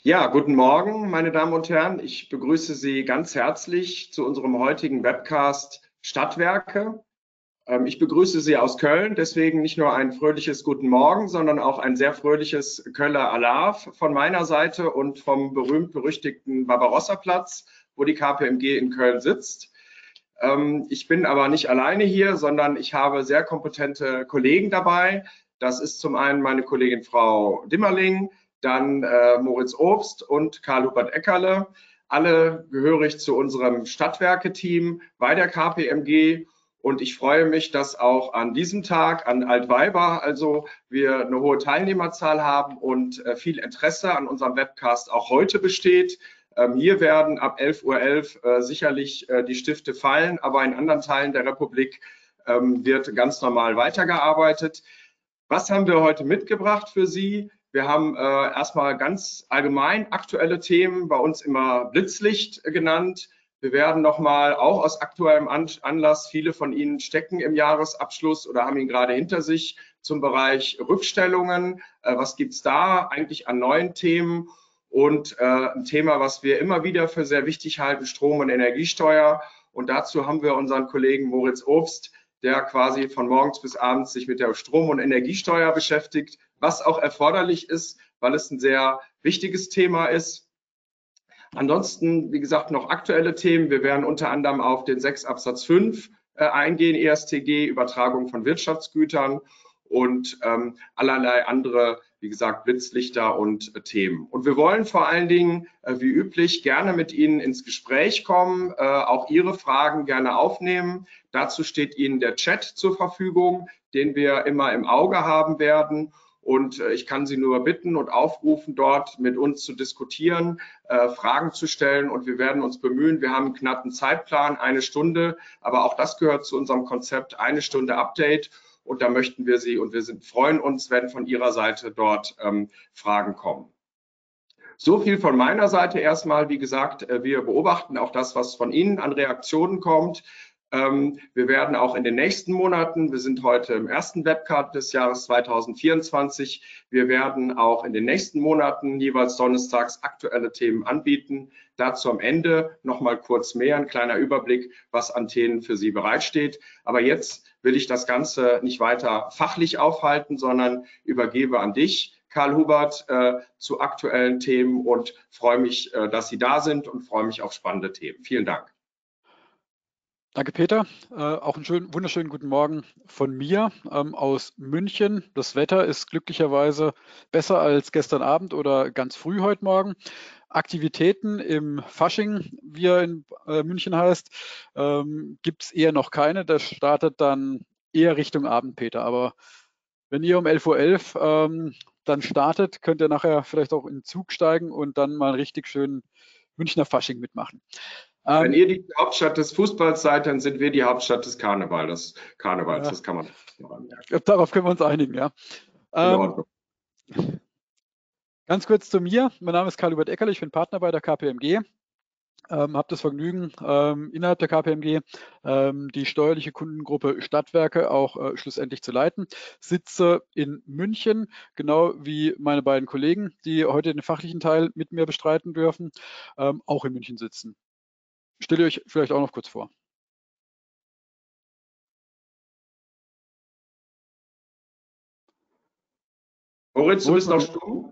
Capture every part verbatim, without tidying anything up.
Ja, guten Morgen, meine Damen und Herren. Ich begrüße Sie ganz herzlich zu unserem heutigen Webcast Stadtwerke. Ähm, Ich begrüße Sie aus Köln, deswegen nicht nur ein fröhliches Guten Morgen, sondern auch ein sehr fröhliches Köller Alarv von meiner Seite und vom berühmt-berüchtigten Barbarossa-Platz, wo die K P M G in Köln sitzt. Ähm, Ich bin aber nicht alleine hier, sondern ich habe sehr kompetente Kollegen dabei. Das ist zum einen meine Kollegin Frau Dimmerling, dann äh, Moritz Obst und Karl-Hubert Eckerle. Alle gehörig zu unserem Stadtwerke-Team bei der K P M G. Und ich freue mich, dass auch an diesem Tag an Altweiber also wir eine hohe Teilnehmerzahl haben und äh, viel Interesse an unserem Webcast auch heute besteht. Ähm, hier werden ab elf Uhr elf äh, sicherlich äh, die Stifte fallen, aber in anderen Teilen der Republik ähm, wird ganz normal weitergearbeitet. Was haben wir heute mitgebracht für Sie? Wir haben äh, erstmal ganz allgemein aktuelle Themen, bei uns immer Blitzlicht genannt. Wir werden nochmal auch aus aktuellem Anlass, viele von Ihnen stecken im Jahresabschluss oder haben ihn gerade hinter sich, zum Bereich Rückstellungen. Äh, was gibt es da eigentlich an neuen Themen? Und äh, ein Thema, was wir immer wieder für sehr wichtig halten, Strom- und Energiesteuer. Und dazu haben wir unseren Kollegen Moritz Obst, der quasi von morgens bis abends sich mit der Strom- und Energiesteuer beschäftigt, was auch erforderlich ist, weil es ein sehr wichtiges Thema ist. Ansonsten, wie gesagt, noch aktuelle Themen. Wir werden unter anderem auf den sechs Absatz fünf äh, eingehen, E S T G, Übertragung von Wirtschaftsgütern und ähm, allerlei andere, wie gesagt, Blitzlichter und äh, Themen. Und wir wollen vor allen Dingen, äh, wie üblich, gerne mit Ihnen ins Gespräch kommen, äh, auch Ihre Fragen gerne aufnehmen. Dazu steht Ihnen der Chat zur Verfügung, den wir immer im Auge haben werden. Und äh, ich kann Sie nur bitten und aufrufen, dort mit uns zu diskutieren, äh, Fragen zu stellen. Und wir werden uns bemühen. Wir haben einen knappen Zeitplan, eine Stunde. Aber auch das gehört zu unserem Konzept, eine Stunde Update. Und da möchten wir Sie und wir sind, freuen uns, wenn von Ihrer Seite dort ähm, Fragen kommen. So viel von meiner Seite erstmal. Wie gesagt, wir beobachten auch das, was von Ihnen an Reaktionen kommt. Wir werden auch in den nächsten Monaten, wir sind heute im ersten Webcast des Jahres zweitausendvierundzwanzig, wir werden auch in den nächsten Monaten jeweils donnerstags aktuelle Themen anbieten. Dazu am Ende noch mal kurz mehr, ein kleiner Überblick, was an Themen für Sie bereitsteht. Aber jetzt will ich das Ganze nicht weiter fachlich aufhalten, sondern übergebe an dich, Karl-Hubert, äh, zu aktuellen Themen und freue mich, äh, dass Sie da sind und freue mich auf spannende Themen. Vielen Dank. Danke, Peter. Äh, auch einen schönen, wunderschönen guten Morgen von mir ähm, aus München. Das Wetter ist glücklicherweise besser als gestern Abend oder ganz früh heute Morgen. Aktivitäten im Fasching, wie er in äh, München heißt, ähm, gibt es eher noch keine. Das startet dann eher Richtung Abend, Peter. Aber wenn ihr um elf Uhr elf ähm, dann startet, könnt ihr nachher vielleicht auch in den Zug steigen und dann mal einen richtig schönen Münchner Fasching mitmachen. Wenn Ähm, ihr die Hauptstadt des Fußballs seid, dann sind wir die Hauptstadt des Karneval, des Karnevals. ja, Das kann man noch anmerken. darauf können wir uns einigen, ja. In Ähm, Ordnung. ganz kurz zu mir. Mein Name ist Karl-Hubert Eckerle, ich bin Partner bei der K P M G. Ähm, habe das Vergnügen, ähm, innerhalb der K P M G ähm, die steuerliche Kundengruppe Stadtwerke auch äh, schlussendlich zu leiten. Sitze in München, genau wie meine beiden Kollegen, die heute den fachlichen Teil mit mir bestreiten dürfen, ähm, auch in München sitzen. Stelle ich euch vielleicht auch noch kurz vor. Moritz, du bist noch stumm?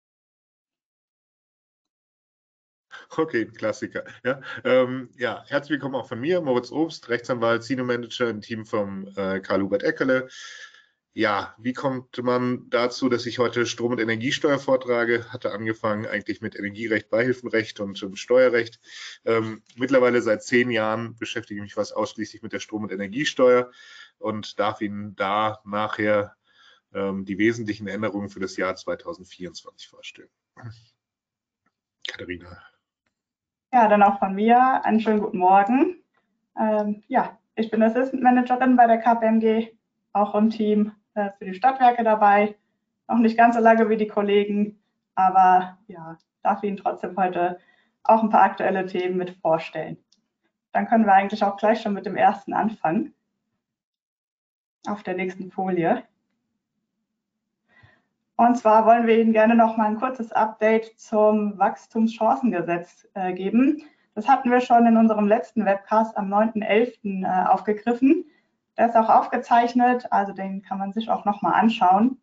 Okay, Klassiker. Ja, ähm, ja, herzlich willkommen auch von mir, Moritz Obst, Rechtsanwalt, Senior Manager im Team vom äh, Karl-Hubert Eckerle. Ja, wie kommt man dazu, dass ich heute Strom- und Energiesteuer vortrage? Hatte angefangen eigentlich mit Energierecht, Beihilfenrecht und um, Steuerrecht. Ähm, mittlerweile seit zehn Jahren beschäftige ich mich fast ausschließlich mit der Strom- und Energiesteuer und darf Ihnen da nachher ähm, die wesentlichen Änderungen für das Jahr zweitausendvierundzwanzig vorstellen. Katharina. Ja, dann auch von mir einen schönen guten Morgen. Ähm, ja, ich bin Assistant Managerin bei der K P M G, auch im Team äh, für die Stadtwerke dabei. Noch nicht ganz so lange wie die Kollegen, aber ja, darf Ihnen trotzdem heute auch ein paar aktuelle Themen mit vorstellen. Dann können wir eigentlich auch gleich schon mit dem ersten anfangen. Auf der nächsten Folie. Und zwar wollen wir Ihnen gerne noch mal ein kurzes Update zum Wachstumschancengesetz äh, geben. Das hatten wir schon in unserem letzten Webcast am neunten elften äh, aufgegriffen. Der ist auch aufgezeichnet, also den kann man sich auch noch mal anschauen.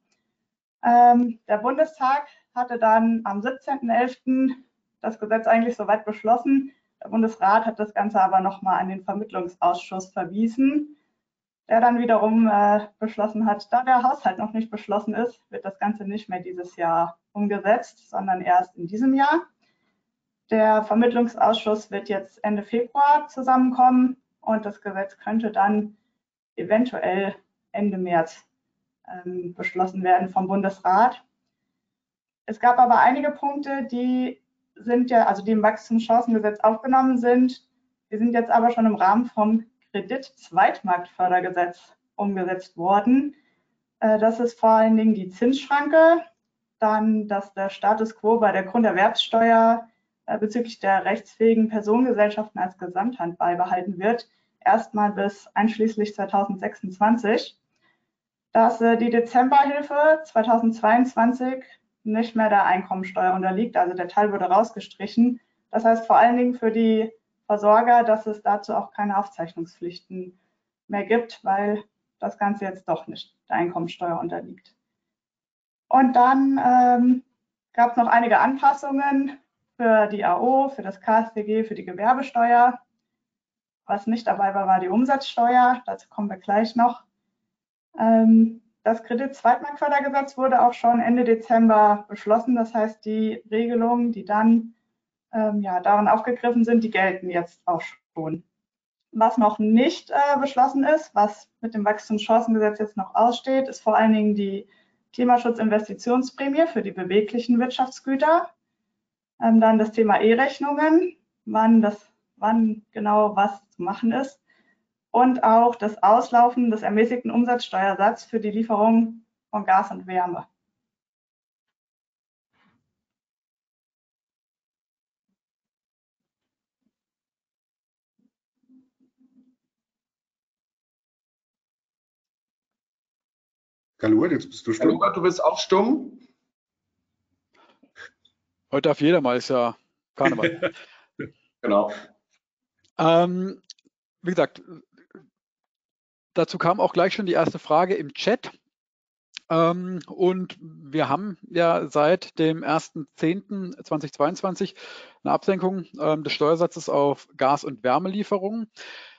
Ähm, der Bundestag hatte dann am siebzehnten elften das Gesetz eigentlich soweit beschlossen. Der Bundesrat hat das Ganze aber noch mal an den Vermittlungsausschuss verwiesen, der dann wiederum äh, beschlossen hat, da der Haushalt noch nicht beschlossen ist, wird das Ganze nicht mehr dieses Jahr umgesetzt, sondern erst in diesem Jahr. Der Vermittlungsausschuss wird jetzt Ende Februar zusammenkommen und das Gesetz könnte dann eventuell Ende März ähm, beschlossen werden vom Bundesrat. Es gab aber einige Punkte, die sind ja, also die im Wachstumschancengesetz aufgenommen sind, die sind jetzt aber schon im Rahmen vom Kredit-Zweitmarktfördergesetz umgesetzt worden. Das ist vor allen Dingen die Zinsschranke, dann, dass der Status quo bei der Grunderwerbssteuer bezüglich der rechtsfähigen Personengesellschaften als Gesamthand beibehalten wird, erstmal bis einschließlich zweitausendsechsundzwanzig. Dass die Dezemberhilfe zweitausendzweiundzwanzig nicht mehr der Einkommensteuer unterliegt, also der Teil wurde rausgestrichen. Das heißt vor allen Dingen für die Versorger, dass es dazu auch keine Aufzeichnungspflichten mehr gibt, weil das Ganze jetzt doch nicht der Einkommensteuer unterliegt. Und dann ähm, gab es noch einige Anpassungen für die A O, für das K S T G, für die Gewerbesteuer. Was nicht dabei war, war die Umsatzsteuer. Dazu kommen wir gleich noch. Ähm, das Kredit-Zweitmarktfördergesetz wurde auch schon Ende Dezember beschlossen. Das heißt, die Regelungen, die dann ähm, ja, darin aufgegriffen sind, die gelten jetzt auch schon. Was noch nicht äh, beschlossen ist, was mit dem Wachstumschancengesetz jetzt noch aussteht, ist vor allen Dingen die Klimaschutzinvestitionsprämie für die beweglichen Wirtschaftsgüter. Ähm, dann das Thema E-Rechnungen, wann, das, wann genau was zu machen ist. Und auch das Auslaufen des ermäßigten Umsatzsteuersatzes für die Lieferung von Gas und Wärme. Kalur, jetzt bist du stumm. Kalur, du bist auch stumm. Heute darf jeder mal, ist ja Karneval. Genau. Ähm, wie gesagt, dazu kam auch gleich schon die erste Frage im Chat. Ähm, und wir haben ja seit dem ersten zehnten zweitausendzweiundzwanzig eine Absenkung ähm, des Steuersatzes auf Gas- und Wärmelieferungen.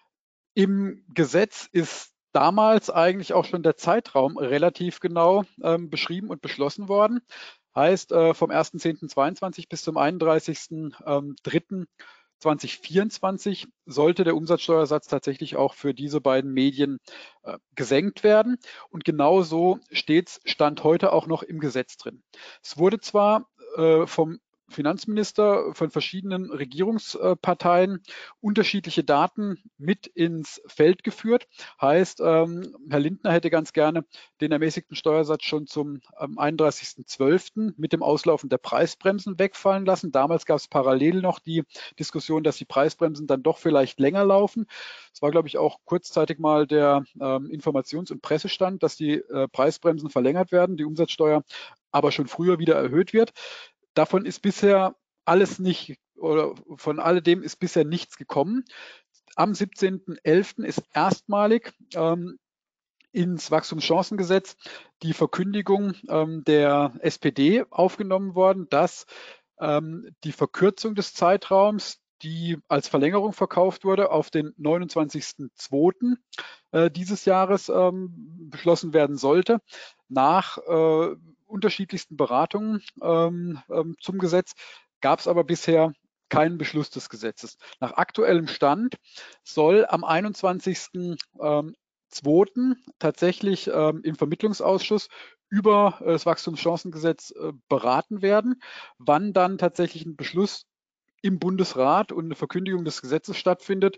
Im Gesetz ist damals eigentlich auch schon der Zeitraum relativ genau ähm, beschrieben und beschlossen worden. Heißt, äh, vom ersten zehnten zweiundzwanzig bis zum einunddreißigsten dritten zweitausendvierundzwanzig sollte der Umsatzsteuersatz tatsächlich auch für diese beiden Medien äh, gesenkt werden. Und genau so steht es Stand heute auch noch im Gesetz drin. Es wurde zwar äh, vom Finanzminister von verschiedenen Regierungsparteien unterschiedliche Daten mit ins Feld geführt. Heißt, ähm, Herr Lindner hätte ganz gerne den ermäßigten Steuersatz schon zum ähm, einunddreißigsten zwölften mit dem Auslaufen der Preisbremsen wegfallen lassen. Damals gab es parallel noch die Diskussion, dass die Preisbremsen dann doch vielleicht länger laufen. Es war, glaube ich, auch kurzzeitig mal der ähm, Informations- und Pressestand, dass die äh, Preisbremsen verlängert werden, die Umsatzsteuer aber schon früher wieder erhöht wird. Davon ist bisher alles nicht, oder von alledem ist bisher nichts gekommen. Am siebzehnten elften ist erstmalig ähm, ins Wachstumschancengesetz die Verkündigung ähm, der S P D aufgenommen worden, dass ähm, die Verkürzung des Zeitraums, die als Verlängerung verkauft wurde, auf den neunundzwanzigsten zweiten Äh, dieses Jahres ähm, beschlossen werden sollte, nach äh, unterschiedlichsten Beratungen ähm, ähm, zum Gesetz, gab es aber bisher keinen Beschluss des Gesetzes. Nach aktuellem Stand soll am einundzwanzigsten zweiten tatsächlich ähm, im Vermittlungsausschuss über äh, das Wachstumschancengesetz äh, beraten werden, wann dann tatsächlich ein Beschluss im Bundesrat und eine Verkündigung des Gesetzes stattfindet,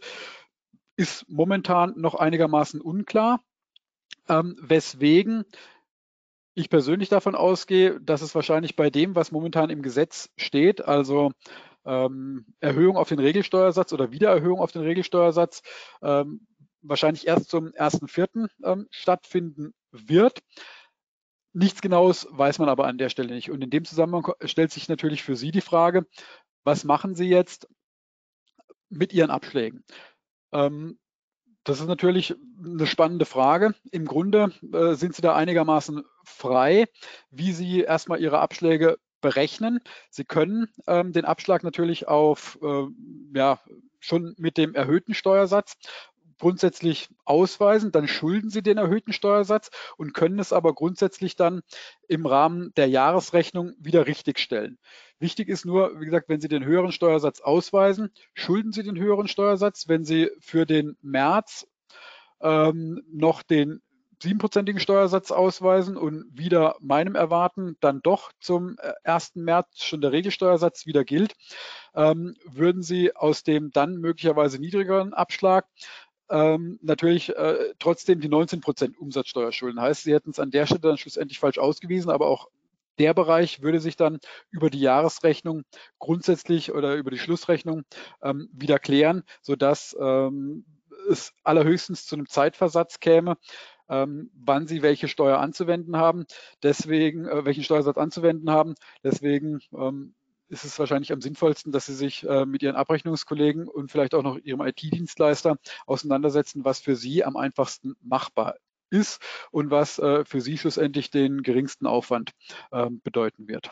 ist momentan noch einigermaßen unklar, ähm, weswegen ich persönlich davon ausgehe, dass es wahrscheinlich bei dem, was momentan im Gesetz steht, also ähm, Erhöhung auf den Regelsteuersatz oder Wiedererhöhung auf den Regelsteuersatz, ähm, wahrscheinlich erst zum ersten vierten ähm, stattfinden wird. Nichts Genaues weiß man aber an der Stelle nicht. Und in dem Zusammenhang stellt sich natürlich für Sie die Frage, was machen Sie jetzt mit Ihren Abschlägen? Ähm, das ist natürlich eine spannende Frage. Im Grunde äh, sind Sie da einigermaßen frei, wie Sie erstmal Ihre Abschläge berechnen. Sie können ähm, den Abschlag natürlich auf, äh, ja, schon mit dem erhöhten Steuersatz grundsätzlich ausweisen, dann schulden Sie den erhöhten Steuersatz und können es aber grundsätzlich dann im Rahmen der Jahresrechnung wieder richtigstellen. Wichtig ist nur, wie gesagt, wenn Sie den höheren Steuersatz ausweisen, schulden Sie den höheren Steuersatz. Wenn Sie für den März ähm, noch den siebenprozentigen Steuersatz ausweisen und wieder meinem Erwarten dann doch zum ersten März schon der Regelsteuersatz wieder gilt, ähm, würden Sie aus dem dann möglicherweise niedrigeren Abschlag ähm, natürlich äh, trotzdem die neunzehn Prozent Umsatzsteuer schulden. Heißt, Sie hätten es an der Stelle dann schlussendlich falsch ausgewiesen, aber auch der Bereich würde sich dann über die Jahresrechnung grundsätzlich oder über die Schlussrechnung ähm, wieder klären, sodass ähm, es allerhöchstens zu einem Zeitversatz käme, ähm, wann Sie welche Steuer anzuwenden haben, deswegen äh, welchen Steuersatz anzuwenden haben. Deswegen ähm, ist es wahrscheinlich am sinnvollsten, dass Sie sich äh, mit Ihren Abrechnungskollegen und vielleicht auch noch Ihrem I T-Dienstleister auseinandersetzen, was für Sie am einfachsten machbar ist und was äh, für Sie schlussendlich den geringsten Aufwand äh, bedeuten wird.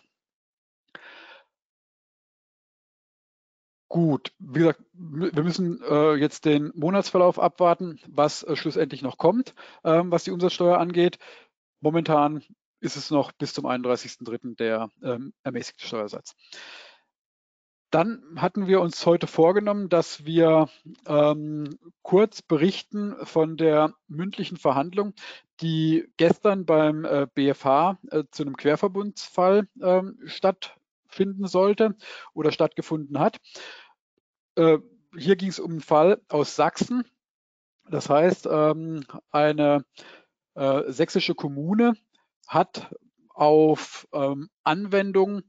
Gut, wie gesagt, wir müssen äh, jetzt den Monatsverlauf abwarten, was äh, schlussendlich noch kommt, ähm, was die Umsatzsteuer angeht. Momentan ist es noch bis zum einunddreißigsten dritten der ähm, ermäßigte Steuersatz. Dann hatten wir uns heute vorgenommen, dass wir ähm, kurz berichten von der mündlichen Verhandlung, die gestern beim äh, B F H äh, zu einem Querverbundsfall ähm, stattfinden sollte oder stattgefunden hat. Äh, hier ging es um einen Fall aus Sachsen. Das heißt, ähm, eine äh, sächsische Kommune hat auf ähm, Anwendung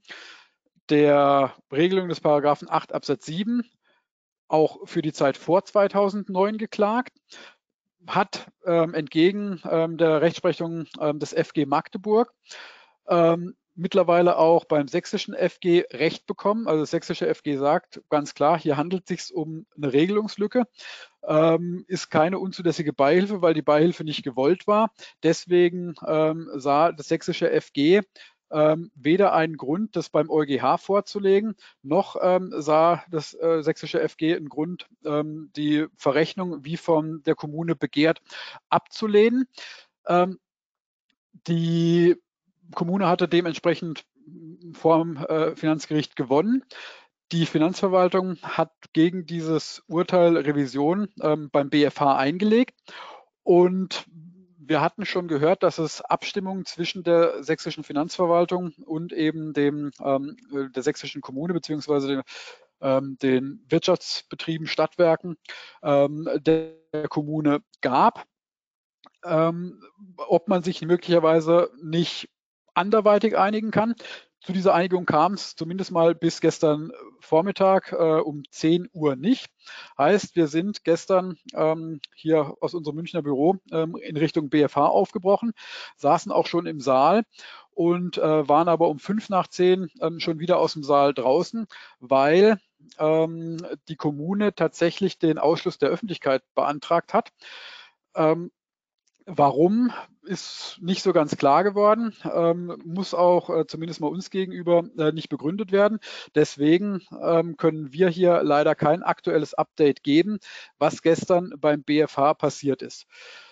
der Regelung des Paragraphen acht Absatz sieben auch für die Zeit vor zweitausendneun geklagt, hat ähm, entgegen ähm, der Rechtsprechung ähm, des F G Magdeburg ähm, mittlerweile auch beim sächsischen F G Recht bekommen. Also das sächsische F G sagt ganz klar, hier handelt es sich um eine Regelungslücke, ähm, ist keine unzulässige Beihilfe, weil die Beihilfe nicht gewollt war. Deswegen ähm, sah das sächsische F G ähm, weder einen Grund, das beim EuGH vorzulegen, noch ähm, sah das äh, sächsische F G einen Grund, ähm, die Verrechnung wie von der Kommune begehrt abzulehnen. Ähm, die Kommune hatte dementsprechend vor dem äh, Finanzgericht gewonnen. Die Finanzverwaltung hat gegen dieses Urteil Revision ähm, beim B F H eingelegt und wir hatten schon gehört, dass es Abstimmungen zwischen der sächsischen Finanzverwaltung und eben dem, ähm, der sächsischen Kommune beziehungsweise dem, ähm, den Wirtschaftsbetrieben, Stadtwerken ähm, der Kommune gab. Ähm, ob man sich möglicherweise nicht anderweitig einigen kann. Zu dieser Einigung kam es zumindest mal bis gestern Vormittag äh, um zehn Uhr nicht. Heißt, wir sind gestern ähm, hier aus unserem Münchner Büro ähm, in Richtung B F H aufgebrochen, saßen auch schon im Saal und äh, waren aber um fünf nach zehn ähm, schon wieder aus dem Saal draußen, weil ähm, die Kommune tatsächlich den Ausschluss der Öffentlichkeit beantragt hat. Ähm, Warum, ist nicht so ganz klar geworden, ähm, muss auch äh, zumindest mal uns gegenüber äh, nicht begründet werden. Deswegen ähm, können wir hier leider kein aktuelles Update geben, was gestern beim B F H passiert ist.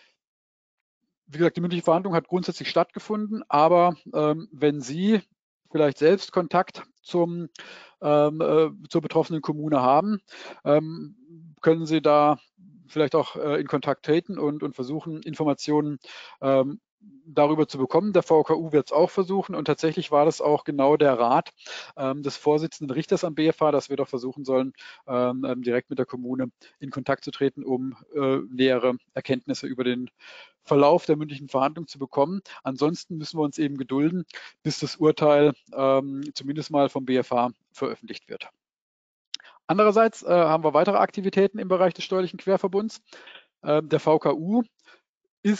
Wie gesagt, die mündliche Verhandlung hat grundsätzlich stattgefunden, aber ähm, wenn Sie vielleicht selbst Kontakt zum, ähm, äh, zur betroffenen Kommune haben, ähm, können Sie da vielleicht auch äh, in Kontakt treten und, und versuchen, Informationen ähm, darüber zu bekommen. Der V K U wird es auch versuchen und tatsächlich war das auch genau der Rat ähm, des Vorsitzenden Richters am B F H, dass wir doch versuchen sollen, ähm, direkt mit der Kommune in Kontakt zu treten, um äh, nähere Erkenntnisse über den Verlauf der mündlichen Verhandlung zu bekommen. Ansonsten müssen wir uns eben gedulden, bis das Urteil ähm, zumindest mal vom B F H veröffentlicht wird. Andererseits äh, haben wir weitere Aktivitäten im Bereich des steuerlichen Querverbunds. Äh, der V K U ist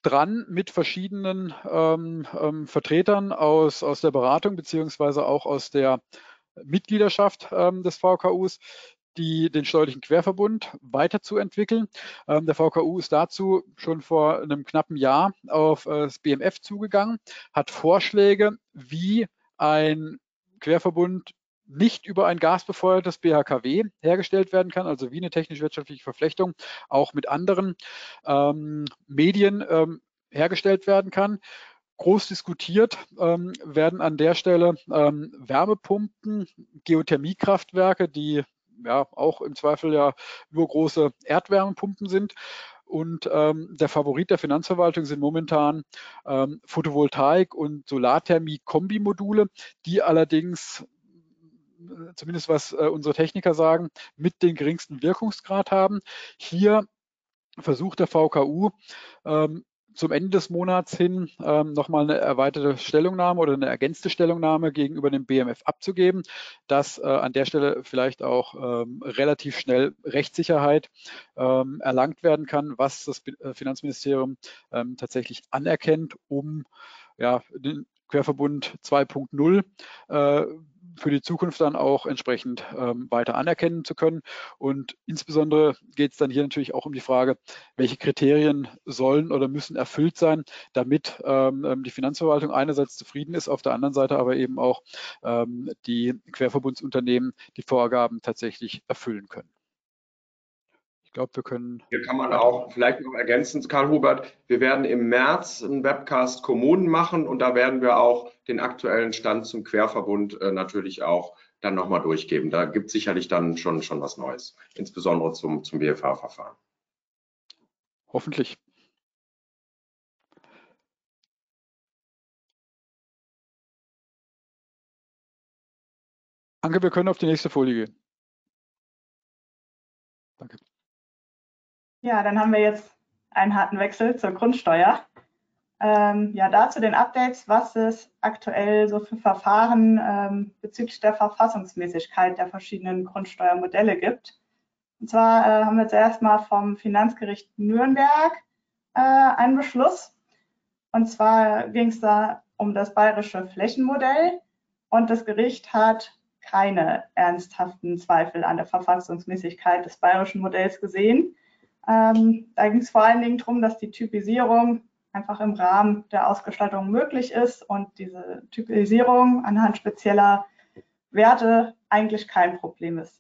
dran mit verschiedenen ähm, ähm, Vertretern aus, aus der Beratung beziehungsweise auch aus der Mitgliedschaft ähm, des V K Us, die, den steuerlichen Querverbund weiterzuentwickeln. Ähm, der V K U ist dazu schon vor einem knappen Jahr auf äh, das B M F zugegangen, hat Vorschläge, wie ein Querverbund nicht über ein gasbefeuertes B H K W hergestellt werden kann, also wie eine technisch-wirtschaftliche Verflechtung auch mit anderen ähm, Medien ähm, hergestellt werden kann. Groß diskutiert ähm, werden an der Stelle ähm, Wärmepumpen, Geothermiekraftwerke, die ja auch im Zweifel ja nur große Erdwärmepumpen sind. Und ähm, der Favorit der Finanzverwaltung sind momentan ähm, Photovoltaik- und Solarthermie-Kombimodule, die allerdings, zumindest was äh, unsere Techniker sagen, mit den geringsten Wirkungsgrad haben. Hier versucht der V K U ähm, zum Ende des Monats hin ähm, nochmal eine erweiterte Stellungnahme oder eine ergänzte Stellungnahme gegenüber dem B M F abzugeben, dass äh, an der Stelle vielleicht auch ähm, relativ schnell Rechtssicherheit ähm, erlangt werden kann, was das Finanzministerium ähm, tatsächlich anerkennt, um ja, den Querverbund zwei Punkt null äh, für die Zukunft dann auch entsprechend ähm, weiter anerkennen zu können. Und insbesondere geht es dann hier natürlich auch um die Frage, welche Kriterien sollen oder müssen erfüllt sein, damit ähm, die Finanzverwaltung einerseits zufrieden ist, auf der anderen Seite aber eben auch ähm, die Querverbundsunternehmen die Vorgaben tatsächlich erfüllen können. Ich glaube, wir können. Hier kann man auch vielleicht noch ergänzen, Karl-Hubert, wir werden im März einen Webcast Kommunen machen und da werden wir auch den aktuellen Stand zum Querverbund äh, natürlich auch dann nochmal durchgeben. Da gibt es sicherlich dann schon, schon was Neues, insbesondere zum, zum B F H-Verfahren. Hoffentlich. Anke, wir können auf die nächste Folie gehen. Danke. Ja, dann haben wir jetzt einen harten Wechsel zur Grundsteuer. Ähm, ja, dazu den Updates, was es aktuell so für Verfahren ähm, bezüglich der Verfassungsmäßigkeit der verschiedenen Grundsteuermodelle gibt. Und zwar äh, haben wir zuerst mal vom Finanzgericht Nürnberg äh, einen Beschluss. Und zwar ging es da um das bayerische Flächenmodell und das Gericht hat keine ernsthaften Zweifel an der Verfassungsmäßigkeit des bayerischen Modells gesehen. Ähm, da ging es vor allen Dingen darum, dass die Typisierung einfach im Rahmen der Ausgestaltung möglich ist und diese Typisierung anhand spezieller Werte eigentlich kein Problem ist.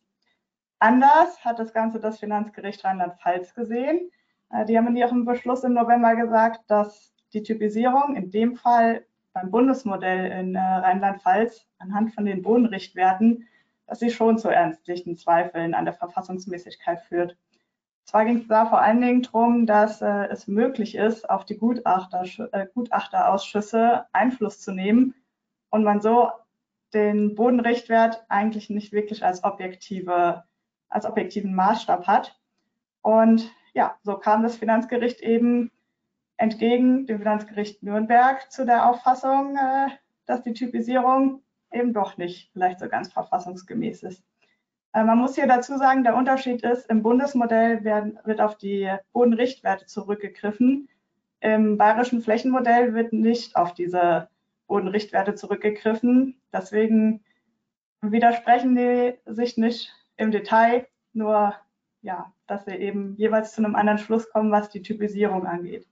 Anders hat das Ganze das Finanzgericht Rheinland-Pfalz gesehen. Die haben in ihrem Beschluss im November gesagt, dass die Typisierung in dem Fall beim Bundesmodell in Rheinland-Pfalz anhand von den Bodenrichtwerten, dass sie schon zu ernstlichen Zweifeln an der Verfassungsmäßigkeit führt. Zwar ging es da vor allen Dingen darum, dass äh, es möglich ist, auf die Gutachter, äh, Gutachterausschüsse Einfluss zu nehmen und man so den Bodenrichtwert eigentlich nicht wirklich als, objektive, als objektiven Maßstab hat. Und ja, so kam das Finanzgericht eben entgegen dem Finanzgericht Nürnberg zu der Auffassung, äh, dass die Typisierung eben doch nicht vielleicht so ganz verfassungsgemäß ist. Man muss hier dazu sagen, der Unterschied ist, im Bundesmodell werden, wird auf die Bodenrichtwerte zurückgegriffen. Im bayerischen Flächenmodell wird nicht auf diese Bodenrichtwerte zurückgegriffen. Deswegen widersprechen die sich nicht im Detail, nur ja, dass sie eben jeweils zu einem anderen Schluss kommen, was die Typisierung angeht.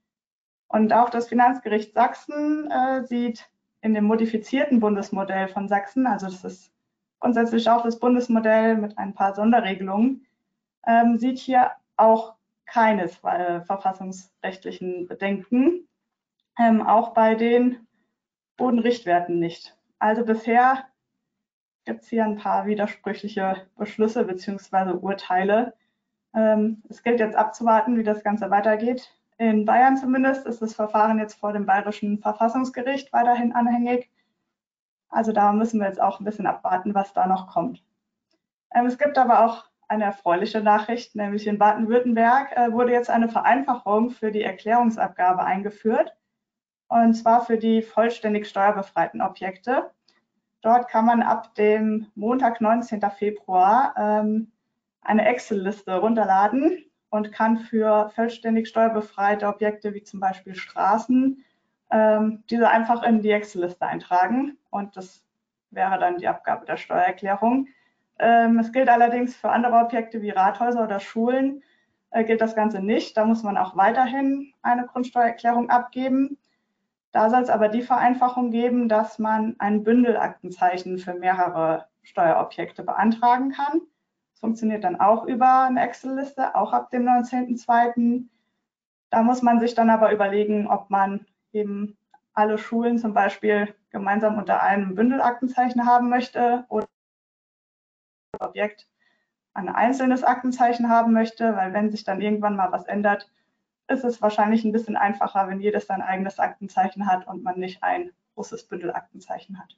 Und auch das Finanzgericht Sachsen äh, sieht in dem modifizierten Bundesmodell von Sachsen, also das ist grundsätzlich auch das Bundesmodell mit ein paar Sonderregelungen, ähm, sieht hier auch keine äh, verfassungsrechtlichen Bedenken, ähm, auch bei den Bodenrichtwerten nicht. Also bisher gibt es hier ein paar widersprüchliche Beschlüsse bzw. Urteile. Ähm, es gilt jetzt abzuwarten, wie das Ganze weitergeht. In Bayern zumindest ist das Verfahren jetzt vor dem Bayerischen Verfassungsgericht weiterhin anhängig. Also da müssen wir jetzt auch ein bisschen abwarten, was da noch kommt. Ähm, es gibt aber auch eine erfreuliche Nachricht, nämlich in Baden-Württemberg äh, wurde jetzt eine Vereinfachung für die Erklärungsabgabe eingeführt, und zwar für die vollständig steuerbefreiten Objekte. Dort kann man ab dem Montag, neunzehnten Februar, ähm, eine Excel-Liste runterladen und kann für vollständig steuerbefreite Objekte wie zum Beispiel Straßen ähm, diese einfach in die Excel-Liste eintragen und das wäre dann die Abgabe der Steuererklärung. Ähm, es gilt allerdings für andere Objekte wie Rathäuser oder Schulen, äh, gilt das Ganze nicht. Da muss man auch weiterhin eine Grundsteuererklärung abgeben. Da soll es aber die Vereinfachung geben, dass man ein Bündelaktenzeichen für mehrere Steuerobjekte beantragen kann. Das funktioniert dann auch über eine Excel-Liste, auch ab dem neunzehnten zweiten Da muss man sich dann aber überlegen, ob man eben alle Schulen zum Beispiel gemeinsam unter einem Bündelaktenzeichen haben möchte oder das Objekt ein einzelnes Aktenzeichen haben möchte, weil wenn sich dann irgendwann mal was ändert, ist es wahrscheinlich ein bisschen einfacher, wenn jedes sein eigenes Aktenzeichen hat und man nicht ein großes Bündelaktenzeichen hat.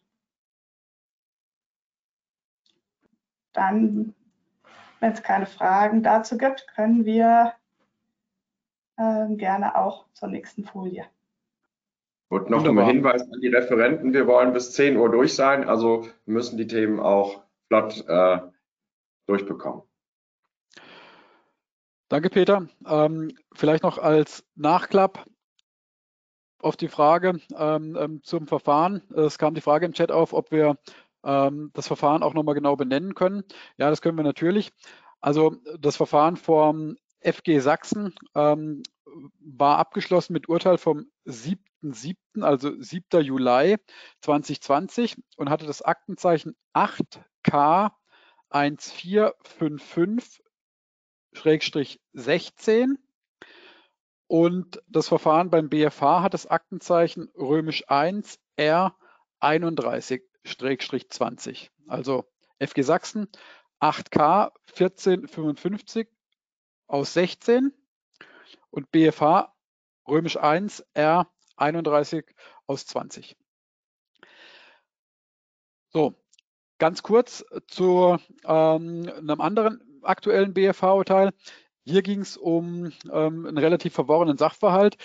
Dann, wenn es keine Fragen dazu gibt, können wir äh, gerne auch zur nächsten Folie. Gut, noch ein Hinweis an die Referenten. Wir wollen bis zehn Uhr durch sein, also müssen die Themen auch flott äh, durchbekommen. Danke, Peter. Ähm, vielleicht noch als Nachklapp auf die Frage ähm, zum Verfahren. Es kam die Frage im Chat auf, ob wir ähm, das Verfahren auch nochmal genau benennen können. Ja, das können wir natürlich. Also das Verfahren vom F G Sachsen ähm, war abgeschlossen mit Urteil vom siebten siebten, also siebten Juli zweitausendzwanzig und hatte das Aktenzeichen acht K eins vier fünf fünf sechzehn und das Verfahren beim B F H hat das Aktenzeichen römisch eins R einunddreißig zwanzig. Also F G Sachsen acht K vierzehnhundertfünfundfünfzig aus sechzehn und B F H römisch eins R einunddreißig aus zwanzig. So, ganz kurz zu ähm, einem anderen aktuellen B F H-Urteil. Hier ging es um ähm, einen relativ verworrenen Sachverhalt.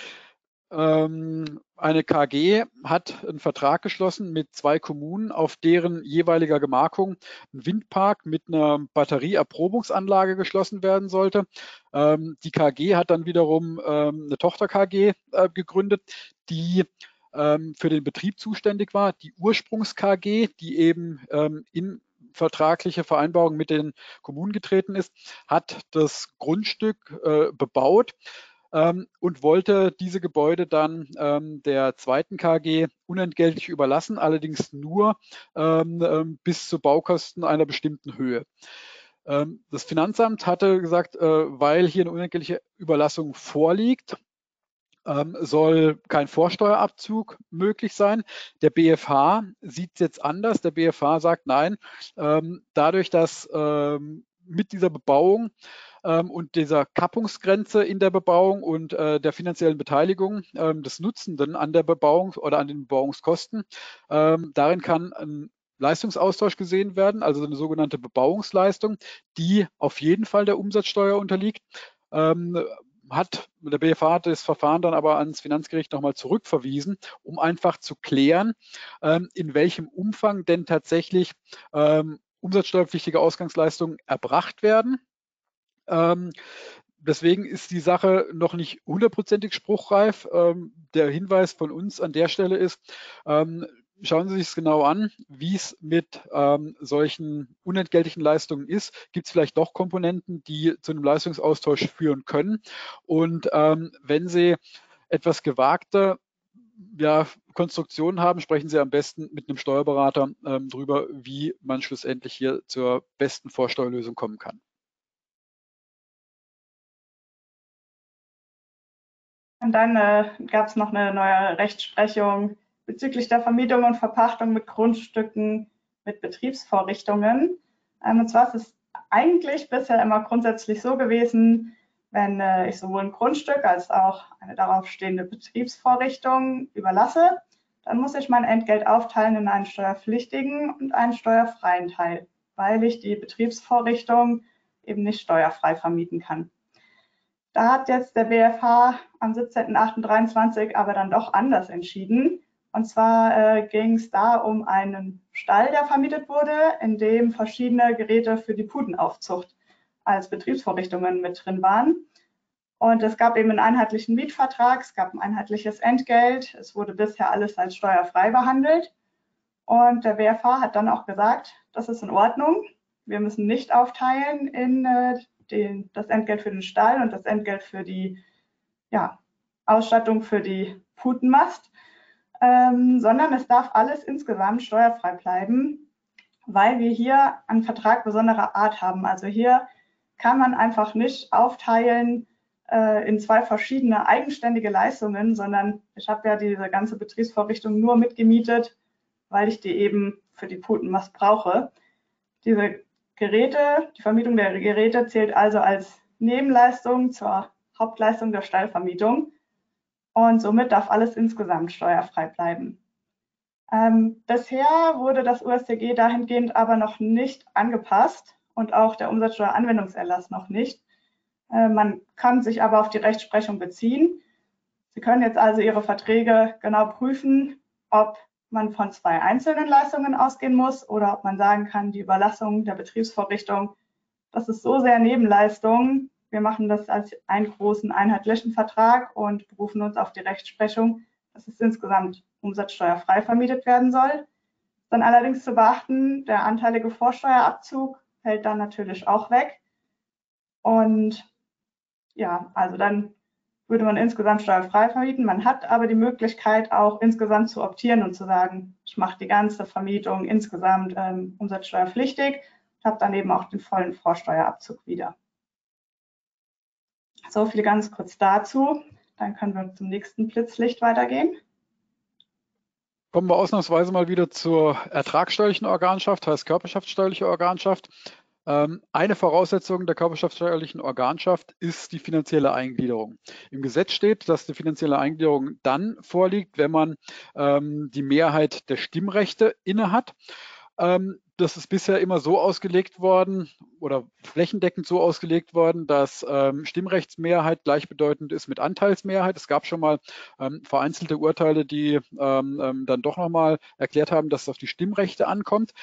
Ähm, eine K G hat einen Vertrag geschlossen mit zwei Kommunen, auf deren jeweiliger Gemarkung ein Windpark mit einer Batterieerprobungsanlage geschlossen werden sollte. Ähm, die K G hat dann wiederum ähm, eine Tochter-K G äh, gegründet, die ähm, für den Betrieb zuständig war. Die Ursprungs-K G, die eben ähm, in vertragliche Vereinbarung mit den Kommunen getreten ist, hat das Grundstück äh, bebaut ähm, und wollte diese Gebäude dann ähm, der zweiten K G unentgeltlich überlassen, allerdings nur ähm, ähm, bis zu Baukosten einer bestimmten Höhe. Ähm, das Finanzamt hatte gesagt, äh, weil hier eine unentgeltliche Überlassung vorliegt, Ähm, soll kein Vorsteuerabzug möglich sein. Der B F H sieht es jetzt anders. Der B F H sagt, nein, ähm, dadurch, dass ähm, mit dieser Bebauung ähm, und dieser Kappungsgrenze in der Bebauung und äh, der finanziellen Beteiligung ähm, des Nutzenden an der Bebauung oder an den Bebauungskosten, ähm, darin kann ein Leistungsaustausch gesehen werden, also eine sogenannte Bebauungsleistung, die auf jeden Fall der Umsatzsteuer unterliegt. Ähm, hat der B F H hat das Verfahren dann aber ans Finanzgericht nochmal zurückverwiesen, um einfach zu klären, ähm, in welchem Umfang denn tatsächlich ähm, umsatzsteuerpflichtige Ausgangsleistungen erbracht werden. Ähm, deswegen ist die Sache noch nicht hundertprozentig spruchreif. Ähm, der Hinweis von uns an der Stelle ist, ähm, schauen Sie sich es genau an, wie es mit ähm, solchen unentgeltlichen Leistungen ist. Gibt es vielleicht doch Komponenten, die zu einem Leistungsaustausch führen können? Und ähm, wenn Sie etwas gewagte ja, Konstruktionen haben, sprechen Sie am besten mit einem Steuerberater ähm, darüber, wie man schlussendlich hier zur besten Vorsteuerlösung kommen kann. Und dann äh, gab es noch eine neue Rechtsprechung bezüglich der Vermietung und Verpachtung mit Grundstücken mit Betriebsvorrichtungen. Ähm, und zwar ist es eigentlich bisher immer grundsätzlich so gewesen, wenn äh, ich sowohl ein Grundstück als auch eine darauf stehende Betriebsvorrichtung überlasse, dann muss ich mein Entgelt aufteilen in einen steuerpflichtigen und einen steuerfreien Teil, weil ich die Betriebsvorrichtung eben nicht steuerfrei vermieten kann. Da hat jetzt der B F H am siebzehnten achten dreiundzwanzig aber dann doch anders entschieden. Und zwar äh, ging es da um einen Stall, der vermietet wurde, in dem verschiedene Geräte für die Pudenaufzucht als Betriebsvorrichtungen mit drin waren. Und es gab eben einen einheitlichen Mietvertrag, es gab ein einheitliches Entgelt, es wurde bisher alles als steuerfrei behandelt. Und der B F H hat dann auch gesagt, das ist in Ordnung, wir müssen nicht aufteilen in äh, den, das Entgelt für den Stall und das Entgelt für die ja, Ausstattung für die Putenmast, ähm, sondern es darf alles insgesamt steuerfrei bleiben, weil wir hier einen Vertrag besonderer Art haben. Also hier kann man einfach nicht aufteilen äh, in zwei verschiedene eigenständige Leistungen, sondern ich habe ja diese ganze Betriebsvorrichtung nur mitgemietet, weil ich die eben für die Putenmast brauche. Diese Geräte, die Vermietung der Geräte zählt also als Nebenleistung zur Hauptleistung der Stallvermietung und somit darf alles insgesamt steuerfrei bleiben. Ähm, bisher wurde das U S T G dahingehend aber noch nicht angepasst und auch der Umsatzsteueranwendungserlass noch nicht. Äh, man kann sich aber auf die Rechtsprechung beziehen. Sie können jetzt also Ihre Verträge genau prüfen, ob man von zwei einzelnen Leistungen ausgehen muss oder ob man sagen kann, die Überlassung der Betriebsvorrichtung, das ist so sehr Nebenleistung. Wir machen das als einen großen einheitlichen Vertrag und berufen uns auf die Rechtsprechung, dass es insgesamt umsatzsteuerfrei vermietet werden soll. Dann allerdings zu beachten, der anteilige Vorsteuerabzug fällt dann natürlich auch weg. Und ja, also dann würde man insgesamt steuerfrei vermieten. Man hat aber die Möglichkeit, auch insgesamt zu optieren und zu sagen, ich mache die ganze Vermietung insgesamt ähm, umsatzsteuerpflichtig und habe dann eben auch den vollen Vorsteuerabzug wieder. So viel ganz kurz dazu. Dann können wir zum nächsten Blitzlicht weitergehen. Kommen wir ausnahmsweise mal wieder zur ertragssteuerlichen Organschaft, heißt körperschaftssteuerliche Organschaft. Ähm, eine Voraussetzung der körperschaftssteuerlichen Organschaft ist die finanzielle Eingliederung. Im Gesetz steht, dass die finanzielle Eingliederung dann vorliegt, wenn man ähm, die Mehrheit der Stimmrechte innehat. Ähm, das ist bisher immer so ausgelegt worden oder flächendeckend so ausgelegt worden, dass ähm, Stimmrechtsmehrheit gleichbedeutend ist mit Anteilsmehrheit. Es gab schon mal ähm, vereinzelte Urteile, die ähm, ähm, dann doch nochmal erklärt haben, dass es auf die Stimmrechte ankommt.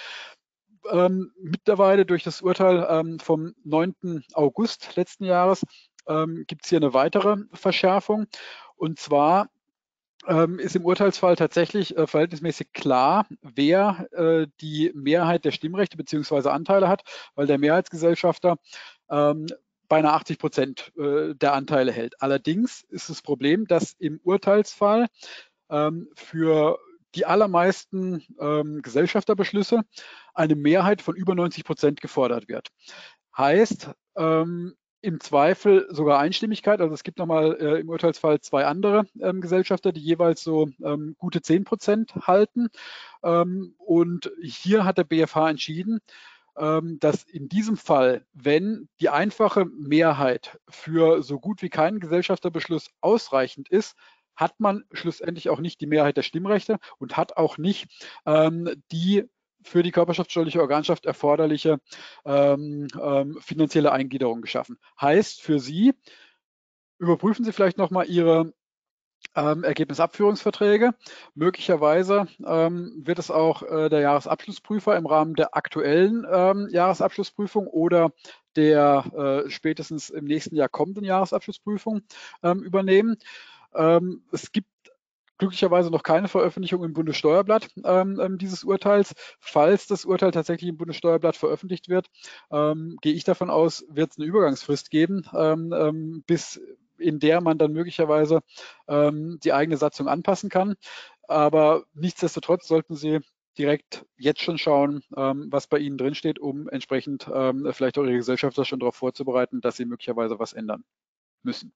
Ähm, mittlerweile durch das Urteil ähm, vom neunten August letzten Jahres ähm, gibt es hier eine weitere Verschärfung. Und zwar ähm, ist im Urteilsfall tatsächlich äh, verhältnismäßig klar, wer äh, die Mehrheit der Stimmrechte bzw. Anteile hat, weil der Mehrheitsgesellschafter ähm, beinahe achtzig Prozent äh, der Anteile hält. Allerdings ist das Problem, dass im Urteilsfall ähm, für die allermeisten ähm, Gesellschafterbeschlüsse eine Mehrheit von über neunzig Prozent gefordert wird. Heißt, ähm, im Zweifel sogar Einstimmigkeit. Also es gibt nochmal äh, im Urteilsfall zwei andere ähm, Gesellschafter, die jeweils so ähm, gute zehn Prozent halten. Ähm, und hier hat der B F H entschieden, ähm, dass in diesem Fall, wenn die einfache Mehrheit für so gut wie keinen Gesellschafterbeschluss ausreichend ist, hat man schlussendlich auch nicht die Mehrheit der Stimmrechte und hat auch nicht ähm, die für die körperschaftssteuerliche Organschaft erforderliche ähm, ähm, finanzielle Eingliederung geschaffen. Heißt für Sie, überprüfen Sie vielleicht nochmal Ihre ähm, Ergebnisabführungsverträge. Möglicherweise ähm, wird es auch äh, der Jahresabschlussprüfer im Rahmen der aktuellen ähm, Jahresabschlussprüfung oder der äh, spätestens im nächsten Jahr kommenden Jahresabschlussprüfung ähm, übernehmen. Ähm, es gibt glücklicherweise noch keine Veröffentlichung im Bundessteuerblatt ähm, dieses Urteils. Falls das Urteil tatsächlich im Bundessteuerblatt veröffentlicht wird, ähm, gehe ich davon aus, wird es eine Übergangsfrist geben, ähm, ähm, bis in der man dann möglicherweise ähm, die eigene Satzung anpassen kann. Aber nichtsdestotrotz sollten Sie direkt jetzt schon schauen, ähm, was bei Ihnen drinsteht, um entsprechend ähm, vielleicht auch Ihre Gesellschafter schon darauf vorzubereiten, dass Sie möglicherweise was ändern müssen.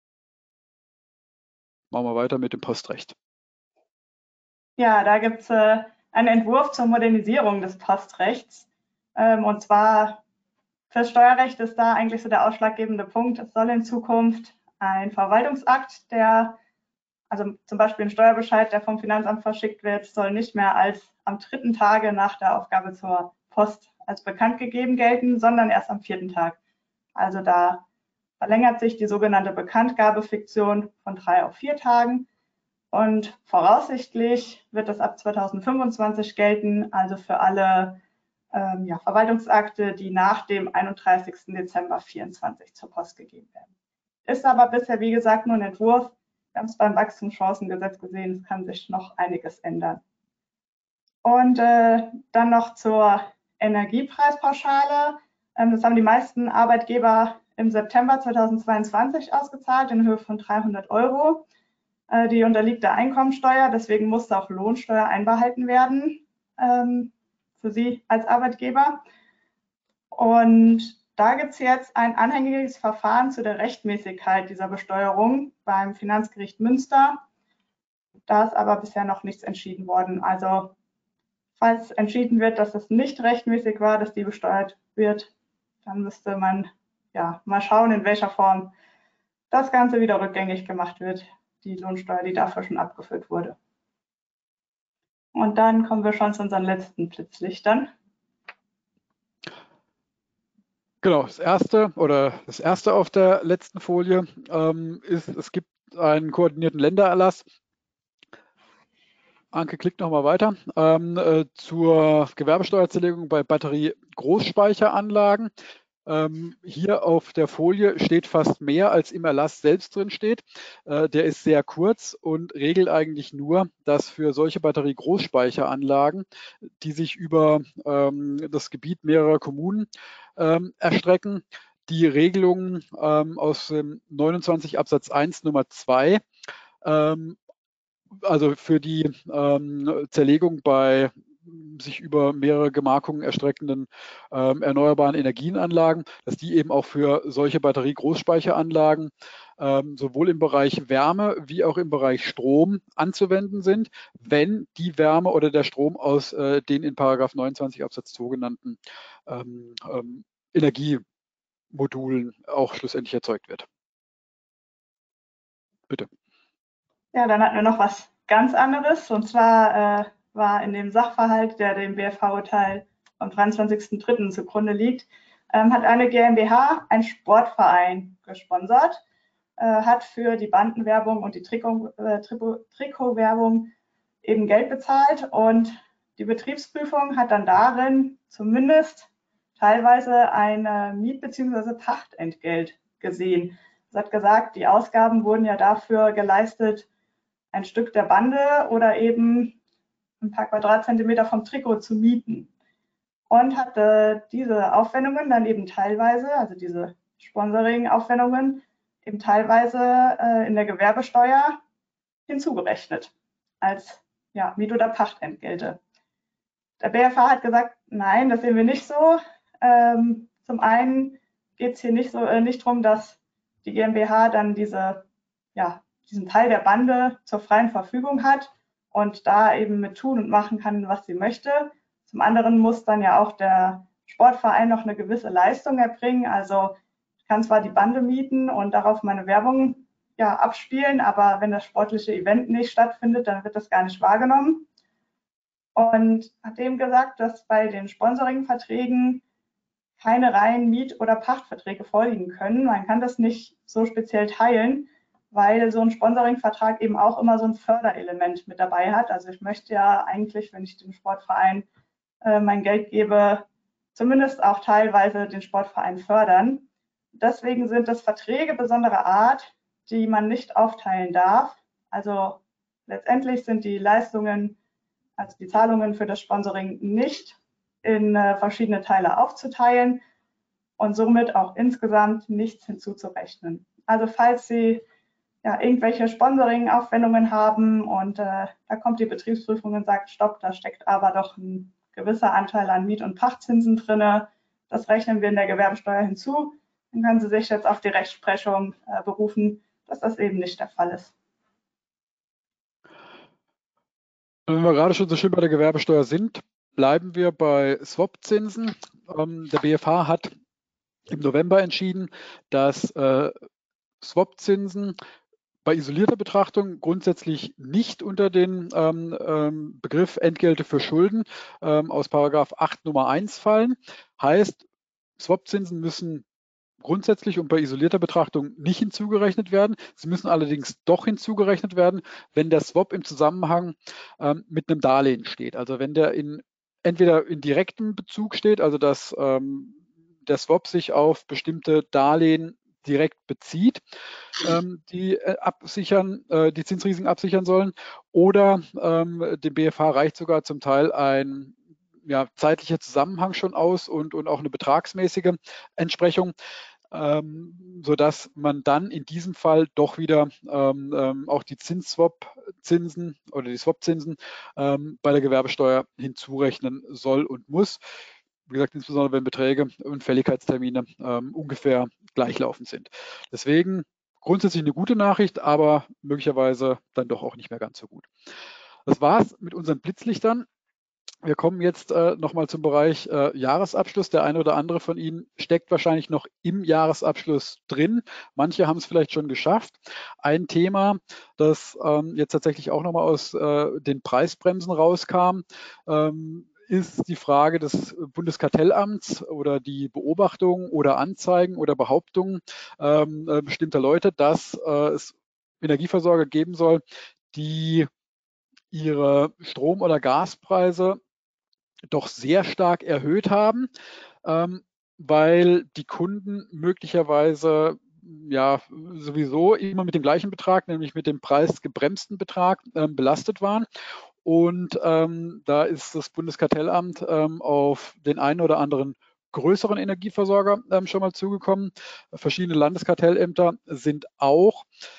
Machen wir weiter mit dem Postrecht. Ja, da gibt es äh, einen Entwurf zur Modernisierung des Postrechts. Ähm, und zwar fürs Steuerrecht ist da eigentlich so der ausschlaggebende Punkt. Es soll in Zukunft ein Verwaltungsakt, der, also zum Beispiel ein Steuerbescheid, der vom Finanzamt verschickt wird, soll nicht mehr als am dritten Tage nach der Aufgabe zur Post als bekannt gegeben gelten, sondern erst am vierten Tag. Also da verlängert sich die sogenannte Bekanntgabefiktion von drei auf vier Tagen. Und voraussichtlich wird das ab zweitausendfünfundzwanzig gelten, also für alle ähm, ja, Verwaltungsakte, die nach dem einunddreißigsten Dezember vierundzwanzig zur Post gegeben werden. ist aber bisher, wie gesagt, nur ein Entwurf. Wir haben es beim Wachstumschancengesetz gesehen, es kann sich noch einiges ändern. Und äh, dann noch zur Energiepreispauschale. Ähm, das haben die meisten Arbeitgeber im September zweitausendzweiundzwanzig ausgezahlt in Höhe von dreihundert Euro. Äh, die unterliegt der Einkommensteuer, deswegen musste auch Lohnsteuer einbehalten werden ähm, für Sie als Arbeitgeber. Und da gibt es jetzt ein anhängiges Verfahren zu der Rechtmäßigkeit dieser Besteuerung beim Finanzgericht Münster. Da ist aber bisher noch nichts entschieden worden. Also falls entschieden wird, dass es nicht rechtmäßig war, dass die besteuert wird, dann müsste man ja mal schauen, in welcher Form das Ganze wieder rückgängig gemacht wird, die Lohnsteuer, die dafür schon abgeführt wurde. Und dann kommen wir schon zu unseren letzten Blitzlichtern. Genau, das erste oder das erste auf der letzten Folie ähm, ist, es gibt einen koordinierten Ländererlass. Anke, klick noch mal weiter. Ähm, äh, zur Gewerbesteuerzerlegung bei Batterie-Großspeicheranlagen. Ähm, hier auf der Folie steht fast mehr, als im Erlass selbst drin steht. Äh, der ist sehr kurz und regelt eigentlich nur, dass für solche Batterie-Großspeicheranlagen, die sich über ähm, das Gebiet mehrerer Kommunen ähm, erstrecken, die Regelungen ähm, aus dem neunundzwanzig Absatz eins Nummer zwei, ähm, also für die ähm, Zerlegung bei sich über mehrere Gemarkungen erstreckenden ähm, erneuerbaren Energienanlagen, dass die eben auch für solche Batterie-Großspeicheranlagen ähm, sowohl im Bereich Wärme wie auch im Bereich Strom anzuwenden sind, wenn die Wärme oder der Strom aus äh, den in Paragraph neunundzwanzig Absatz zwei genannten ähm, ähm, Energiemodulen auch schlussendlich erzeugt wird. Bitte. Ja, dann hatten wir noch was ganz anderes, und zwar äh, war in dem Sachverhalt, der dem B F H-Urteil vom dreiundzwanzigsten dritten zugrunde liegt, ähm, hat eine GmbH einen Sportverein gesponsert, äh, hat für die Bandenwerbung und die Trikot, äh, Trikotwerbung eben Geld bezahlt, und die Betriebsprüfung hat dann darin zumindest teilweise ein Miet- bzw. Pachtentgelt gesehen. Es hat gesagt, die Ausgaben wurden ja dafür geleistet, ein Stück der Bande oder eben ein paar Quadratzentimeter vom Trikot zu mieten. Und hatte diese Aufwendungen dann eben teilweise, also diese Sponsoring-Aufwendungen, eben teilweise äh, in der Gewerbesteuer hinzugerechnet als ja, Miet- oder Pachtentgelte. Der B F H hat gesagt, nein, das sehen wir nicht so. Ähm, zum einen geht es hier nicht, so, äh, nicht darum, dass die GmbH dann diese, ja, diesen Teil der Bande zur freien Verfügung hat und da eben mit tun und machen kann, was sie möchte. Zum anderen muss dann ja auch der Sportverein noch eine gewisse Leistung erbringen. Also ich kann zwar die Bande mieten und darauf meine Werbung ja, abspielen, aber wenn das sportliche Event nicht stattfindet, dann wird das gar nicht wahrgenommen. Und hat eben gesagt, dass bei den Sponsoring-Verträgen keine reinen Miet- oder Pachtverträge vorliegen können. Man kann das nicht so speziell teilen, weil so ein Sponsoring-Vertrag eben auch immer so ein Förderelement mit dabei hat. Also ich möchte ja eigentlich, wenn ich dem Sportverein äh, mein Geld gebe, zumindest auch teilweise den Sportverein fördern. Deswegen sind das Verträge besonderer Art, die man nicht aufteilen darf. Also letztendlich sind die Leistungen, also die Zahlungen für das Sponsoring, nicht in äh, verschiedene Teile aufzuteilen und somit auch insgesamt nichts hinzuzurechnen. Also falls Sie ja, irgendwelche Sponsoring-Aufwendungen haben und äh, da kommt die Betriebsprüfung und sagt, stopp, da steckt aber doch ein gewisser Anteil an Miet- und Pachtzinsen drin, das rechnen wir in der Gewerbesteuer hinzu, dann können Sie sich jetzt auf die Rechtsprechung äh, berufen, dass das eben nicht der Fall ist. Wenn wir gerade schon so schön bei der Gewerbesteuer sind, bleiben wir bei Swap-Zinsen. Ähm, der B F H hat im November entschieden, dass äh, Swap-Zinsen bei isolierter Betrachtung grundsätzlich nicht unter den ähm, ähm, Begriff Entgelte für Schulden ähm, aus Paragraph acht Nummer eins fallen. Heißt, Swap-Zinsen müssen grundsätzlich und bei isolierter Betrachtung nicht hinzugerechnet werden. Sie müssen allerdings doch hinzugerechnet werden, wenn der Swap im Zusammenhang ähm, mit einem Darlehen steht. Also wenn der in entweder in direktem Bezug steht, also dass ähm, der Swap sich auf bestimmte Darlehen direkt bezieht, ähm, die äh, absichern, äh, die Zinsrisiken absichern sollen, oder ähm, dem B F H reicht sogar zum Teil ein ja, zeitlicher Zusammenhang schon aus und, und auch eine betragsmäßige Entsprechung, ähm, sodass man dann in diesem Fall doch wieder ähm, ähm, auch die Zinsswap-Zinsen oder die Swap-Zinsen ähm, bei der Gewerbesteuer hinzurechnen soll und muss. Wie gesagt, insbesondere wenn Beträge und Fälligkeitstermine ähm, ungefähr gleichlaufend sind. Deswegen grundsätzlich eine gute Nachricht, aber möglicherweise dann doch auch nicht mehr ganz so gut. Das war's mit unseren Blitzlichtern. Wir kommen jetzt äh, nochmal zum Bereich äh, Jahresabschluss. Der eine oder andere von Ihnen steckt wahrscheinlich noch im Jahresabschluss drin. Manche haben es vielleicht schon geschafft. Ein Thema, das ähm, jetzt tatsächlich auch nochmal aus äh, den Preisbremsen rauskam, ähm, ist die Frage des Bundeskartellamts oder die Beobachtung oder Anzeigen oder Behauptungen ähm, äh, bestimmter Leute, dass äh, es Energieversorger geben soll, die ihre Strom- oder Gaspreise doch sehr stark erhöht haben, ähm, weil die Kunden möglicherweise ja sowieso immer mit dem gleichen Betrag, nämlich mit dem preisgebremsten Betrag, ähm, belastet waren. Und ähm, da ist das Bundeskartellamt ähm, auf den einen oder anderen größeren Energieversorger ähm, schon mal zugekommen. Verschiedene Landeskartellämter sind auch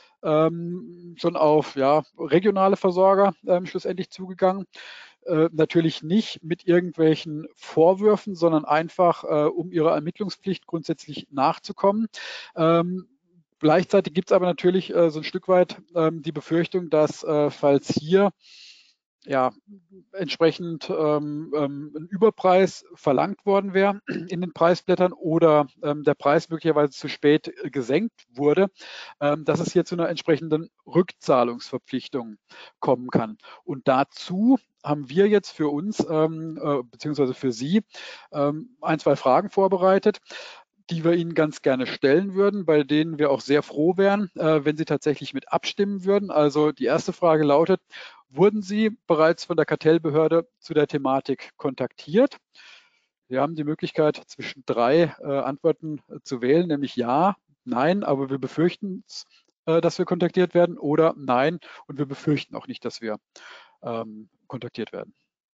ähm, schon auf ja, regionale Versorger ähm, schlussendlich zugegangen. Äh, natürlich nicht mit irgendwelchen Vorwürfen, sondern einfach, äh, um ihrer Ermittlungspflicht grundsätzlich nachzukommen. Ähm, gleichzeitig gibt es aber natürlich äh, so ein Stück weit ähm, die Befürchtung, dass äh, falls hier ja, entsprechend ähm, ähm, ein Überpreis verlangt worden wäre in den Preisblättern oder ähm, der Preis möglicherweise zu spät äh, gesenkt wurde, ähm, dass es hier zu einer entsprechenden Rückzahlungsverpflichtung kommen kann. Und dazu haben wir jetzt für uns ähm, äh, beziehungsweise für Sie ähm, ein, zwei Fragen vorbereitet, die wir Ihnen ganz gerne stellen würden, bei denen wir auch sehr froh wären, äh, wenn Sie tatsächlich mit abstimmen würden. Also die erste Frage lautet: Wurden Sie bereits von der Kartellbehörde zu der Thematik kontaktiert? Wir haben die Möglichkeit, zwischen drei äh, Antworten äh, zu wählen, nämlich ja, nein, aber wir befürchten, äh, dass wir kontaktiert werden, oder nein, und wir befürchten auch nicht, dass wir ähm, kontaktiert werden.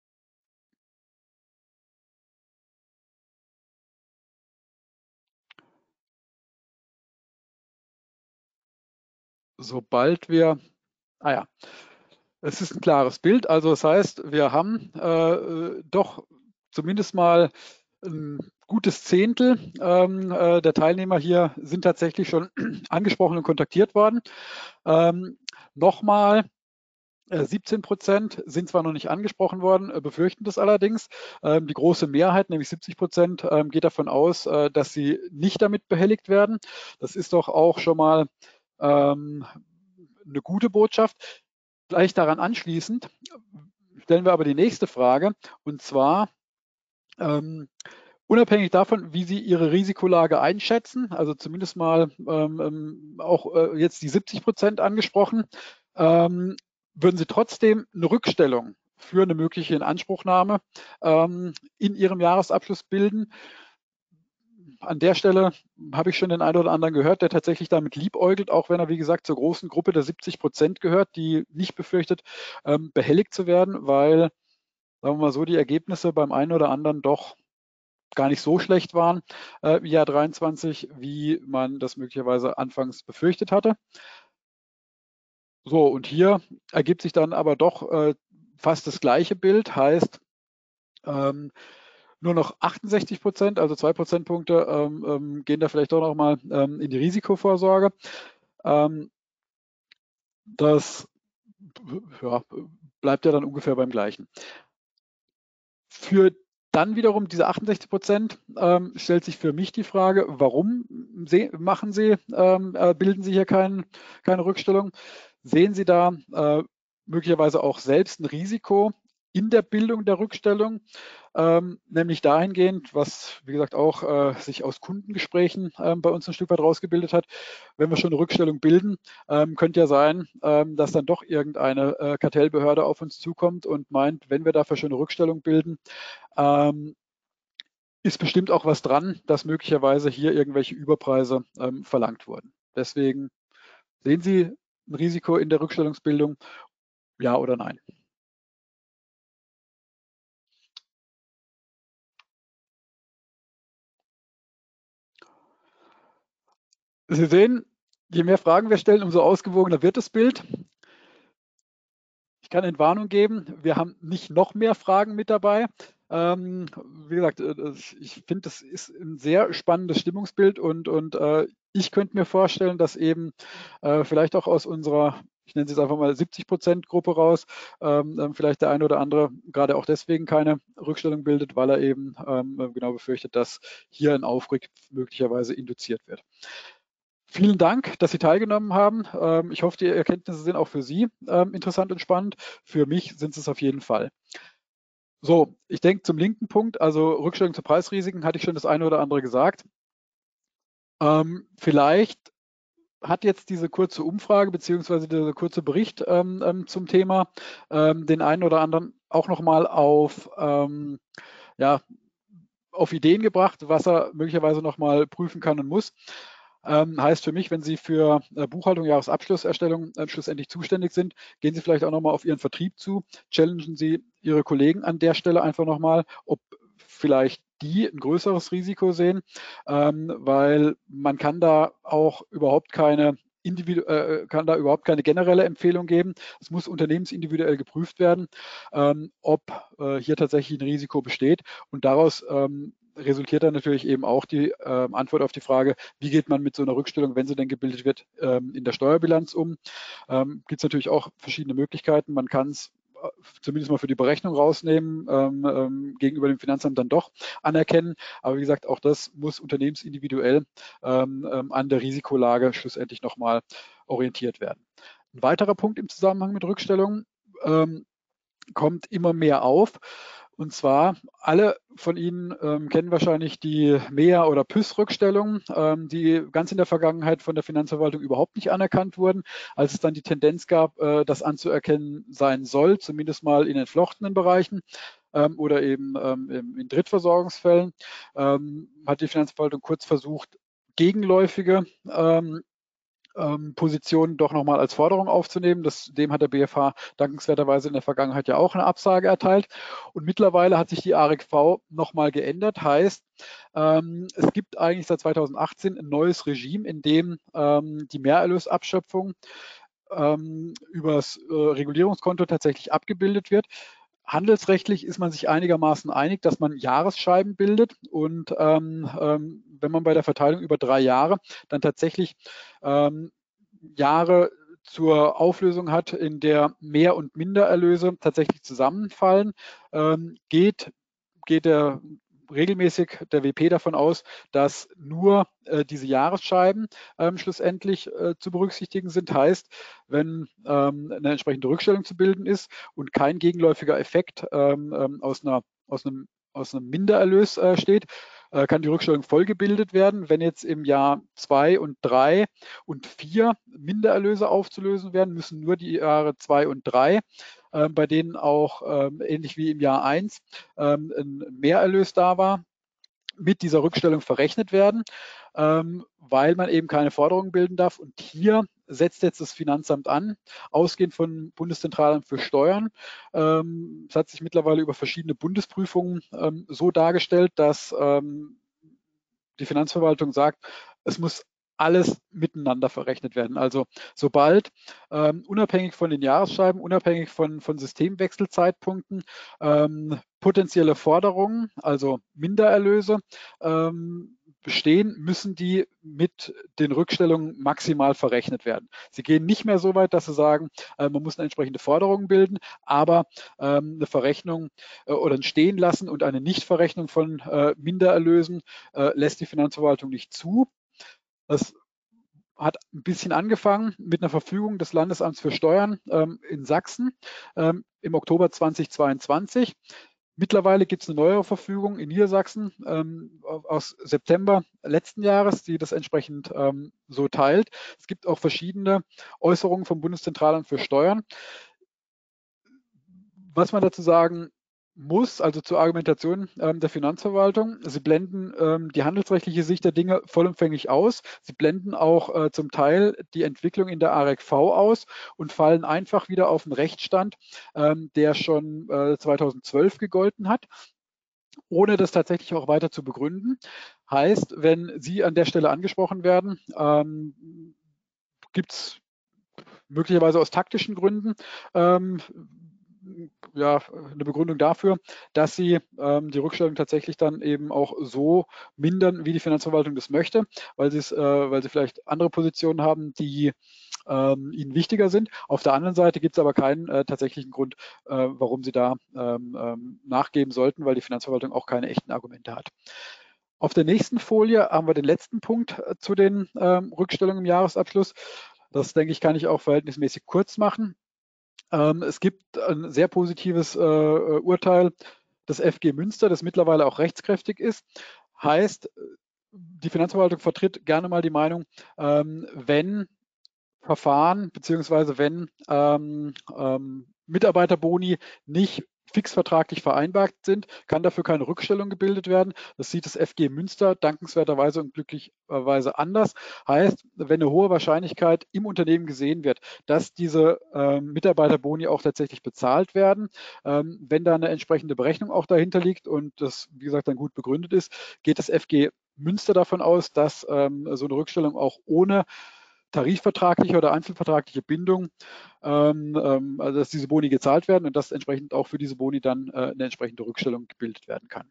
Sobald wir, ah ja, es ist ein klares Bild. Also das heißt, wir haben äh, doch zumindest mal ein gutes Zehntel ähm, äh, der Teilnehmer hier sind tatsächlich schon angesprochen und kontaktiert worden. Ähm, Nochmal, äh, siebzehn Prozent sind zwar noch nicht angesprochen worden, äh, befürchten das allerdings. Ähm, die große Mehrheit, nämlich siebzig Prozent, ähm, geht davon aus, äh, dass sie nicht damit behelligt werden. Das ist doch auch schon mal ähm, eine gute Botschaft. Gleich daran anschließend stellen wir aber die nächste Frage, und zwar ähm, unabhängig davon, wie Sie Ihre Risikolage einschätzen, also zumindest mal ähm, auch äh, jetzt die siebzig Prozent angesprochen, ähm, würden Sie trotzdem eine Rückstellung für eine mögliche Inanspruchnahme ähm, in Ihrem Jahresabschluss bilden? An der Stelle habe ich schon den einen oder anderen gehört, der tatsächlich damit liebäugelt, auch wenn er, wie gesagt, zur großen Gruppe der siebzig Prozent gehört, die nicht befürchtet, ähm, behelligt zu werden, weil, sagen wir mal so, die Ergebnisse beim einen oder anderen doch gar nicht so schlecht waren äh, im Jahr dreiundzwanzig, wie man das möglicherweise anfangs befürchtet hatte. So, und hier ergibt sich dann aber doch äh, fast das gleiche Bild, heißt, ähm, nur noch achtundsechzig Prozent, also zwei Prozentpunkte, ähm, ähm, gehen da vielleicht doch noch mal ähm, in die Risikovorsorge. Ähm, das ja, bleibt ja dann ungefähr beim Gleichen. Für dann wiederum diese achtundsechzig Prozent ähm, stellt sich für mich die Frage, warum Sie, machen Sie, ähm, äh, bilden Sie hier kein, keine Rückstellung? Sehen Sie da äh, möglicherweise auch selbst ein Risiko in der Bildung der Rückstellung, ähm, nämlich dahingehend, was wie gesagt auch äh, sich aus Kundengesprächen ähm, bei uns ein Stück weit rausgebildet hat: Wenn wir schon eine Rückstellung bilden, ähm, könnte ja sein, ähm, dass dann doch irgendeine äh, Kartellbehörde auf uns zukommt und meint, wenn wir dafür schon eine Rückstellung bilden, ähm, ist bestimmt auch was dran, dass möglicherweise hier irgendwelche Überpreise ähm, verlangt wurden. Deswegen sehen Sie ein Risiko in der Rückstellungsbildung, ja oder nein? Sie sehen, je mehr Fragen wir stellen, umso ausgewogener wird das Bild. Ich kann Ihnen Warnung geben, wir haben nicht noch mehr Fragen mit dabei. Ähm, wie gesagt, ich finde, das ist ein sehr spannendes Stimmungsbild und, und äh, ich könnte mir vorstellen, dass eben äh, vielleicht auch aus unserer, ich nenne es jetzt einfach mal siebzig Prozent Gruppe raus, ähm, vielleicht der eine oder andere gerade auch deswegen keine Rückstellung bildet, weil er eben ähm, genau befürchtet, dass hier ein Aufrück möglicherweise induziert wird. Vielen Dank, dass Sie teilgenommen haben. Ähm, ich hoffe, die Erkenntnisse sind auch für Sie ähm, interessant und spannend. Für mich sind es auf jeden Fall. So, ich denke zum linken Punkt, also Rückstellung zu Preisrisiken, hatte ich schon das eine oder andere gesagt. Ähm, vielleicht hat jetzt diese kurze Umfrage beziehungsweise dieser kurze Bericht ähm, ähm, zum Thema ähm, den einen oder anderen auch nochmal auf, ähm, ja, auf Ideen gebracht, was er möglicherweise nochmal prüfen kann und muss. Ähm, heißt für mich, wenn Sie für äh, Buchhaltung, Jahresabschlusserstellung äh, schlussendlich zuständig sind, gehen Sie vielleicht auch nochmal auf Ihren Vertrieb zu, challengen Sie Ihre Kollegen an der Stelle einfach nochmal, ob vielleicht die ein größeres Risiko sehen, ähm, weil man kann da auch überhaupt keine Individu äh, kann da überhaupt keine generelle Empfehlung geben. Es muss unternehmensindividuell geprüft werden, ähm, ob äh, hier tatsächlich ein Risiko besteht. Und daraus ähm, resultiert dann natürlich eben auch die äh, Antwort auf die Frage, wie geht man mit so einer Rückstellung, wenn sie denn gebildet wird, ähm, in der Steuerbilanz um. Ähm, Gibt es natürlich auch verschiedene Möglichkeiten. Man kann es zumindest mal für die Berechnung rausnehmen, ähm, ähm, gegenüber dem Finanzamt dann doch anerkennen. Aber wie gesagt, auch das muss unternehmensindividuell ähm, ähm, an der Risikolage schlussendlich nochmal orientiert werden. Ein weiterer Punkt im Zusammenhang mit Rückstellungen ähm, kommt immer mehr auf. Und zwar, alle von Ihnen ähm, kennen wahrscheinlich die M E A- oder P Y S-Rückstellungen, ähm, die ganz in der Vergangenheit von der Finanzverwaltung überhaupt nicht anerkannt wurden. Als es dann die Tendenz gab, äh, das anzuerkennen sein soll, zumindest mal in entflochtenen Bereichen ähm, oder eben ähm, in Drittversorgungsfällen, ähm, hat die Finanzverwaltung kurz versucht, gegenläufige ähm, ähm, Positionen doch nochmal als Forderung aufzunehmen. Das, dem hat der B F H dankenswerterweise in der Vergangenheit ja auch eine Absage erteilt. Und mittlerweile hat sich die A R E G V nochmal geändert. Heißt, ähm, es gibt eigentlich seit zweitausendachtzehn ein neues Regime, in dem ähm, die Mehrerlösabschöpfung ähm, übers äh, Regulierungskonto tatsächlich abgebildet wird. Handelsrechtlich ist man sich einigermaßen einig, dass man Jahresscheiben bildet und ähm, ähm, wenn man bei der Verteilung über drei Jahre dann tatsächlich ähm, Jahre zur Auflösung hat, in der Mehr- und Mindererlöse tatsächlich zusammenfallen, ähm, geht, geht der regelmäßig der W P davon aus, dass nur äh, diese Jahresscheiben ähm, schlussendlich äh, zu berücksichtigen sind. Heißt, wenn ähm, eine entsprechende Rückstellung zu bilden ist und kein gegenläufiger Effekt ähm, ähm, aus, einer, aus, einem, aus einem Mindererlös äh, steht, äh, kann die Rückstellung voll gebildet werden. Wenn jetzt im Jahr zwei und drei und vier Mindererlöse aufzulösen werden, müssen nur die Jahre zwei und drei, äh, bei denen auch ähm, ähnlich wie im Jahr eins ähm, ein Mehrerlös da war, mit dieser Rückstellung verrechnet werden, ähm, weil man eben keine Forderungen bilden darf. Und hier setzt jetzt das Finanzamt an, ausgehend von Bundeszentralamt für Steuern. Ähm, es hat sich mittlerweile über verschiedene Bundesprüfungen ähm, so dargestellt, dass ähm, die Finanzverwaltung sagt, es muss alles miteinander verrechnet werden. Also sobald ähm, unabhängig von den Jahresscheiben, unabhängig von, von Systemwechselzeitpunkten, ähm, potenzielle Forderungen, also Mindererlöse, ähm, bestehen, müssen die mit den Rückstellungen maximal verrechnet werden. Sie gehen nicht mehr so weit, dass sie sagen, äh, man muss eine entsprechende Forderung bilden, aber ähm, eine Verrechnung äh, oder ein Stehenlassen und eine Nichtverrechnung von äh, Mindererlösen äh, lässt die Finanzverwaltung nicht zu. Das hat ein bisschen angefangen mit einer Verfügung des Landesamts für Steuern ähm, in Sachsen ähm, im Oktober zweitausendzweiundzwanzig. Mittlerweile gibt es eine neuere Verfügung in Niedersachsen ähm, aus September letzten Jahres, die das entsprechend ähm, so teilt. Es gibt auch verschiedene Äußerungen vom Bundeszentralamt für Steuern. Was man dazu sagen muss, also zur Argumentation ähm, der Finanzverwaltung. Sie blenden ähm, die handelsrechtliche Sicht der Dinge vollumfänglich aus. Sie blenden auch äh, zum Teil die Entwicklung in der A R E G V aus und fallen einfach wieder auf den Rechtsstand, ähm, der schon äh, zweitausendzwölf gegolten hat, ohne das tatsächlich auch weiter zu begründen. Heißt, wenn Sie an der Stelle angesprochen werden, ähm, gibt es möglicherweise aus taktischen Gründen ähm, ja, eine Begründung dafür, dass sie ähm, die Rückstellung tatsächlich dann eben auch so mindern, wie die Finanzverwaltung das möchte, weil sie es, äh, weil sie vielleicht andere Positionen haben, die ähm, ihnen wichtiger sind. Auf der anderen Seite gibt es aber keinen äh, tatsächlichen Grund, äh, warum sie da ähm, ähm, nachgeben sollten, weil die Finanzverwaltung auch keine echten Argumente hat. Auf der nächsten Folie haben wir den letzten Punkt äh, zu den ähm, Rückstellungen im Jahresabschluss. Das, denke ich, kann ich auch verhältnismäßig kurz machen. Ähm, es gibt ein sehr positives äh, Urteil des F G Münster, das mittlerweile auch rechtskräftig ist. Heißt, die Finanzverwaltung vertritt gerne mal die Meinung, ähm, wenn Verfahren beziehungsweise wenn ähm, ähm, Mitarbeiterboni nicht fixvertraglich vereinbart sind, kann dafür keine Rückstellung gebildet werden. Das sieht das F G Münster dankenswerterweise und glücklicherweise anders. Heißt, wenn eine hohe Wahrscheinlichkeit im Unternehmen gesehen wird, dass diese ähm, Mitarbeiterboni auch tatsächlich bezahlt werden, ähm, wenn da eine entsprechende Berechnung auch dahinter liegt und das, wie gesagt, dann gut begründet ist, geht das F G Münster davon aus, dass ähm, so eine Rückstellung auch ohne tarifvertragliche oder einzelvertragliche Bindung, ähm, ähm, also dass diese Boni gezahlt werden und dass entsprechend auch für diese Boni dann äh, eine entsprechende Rückstellung gebildet werden kann.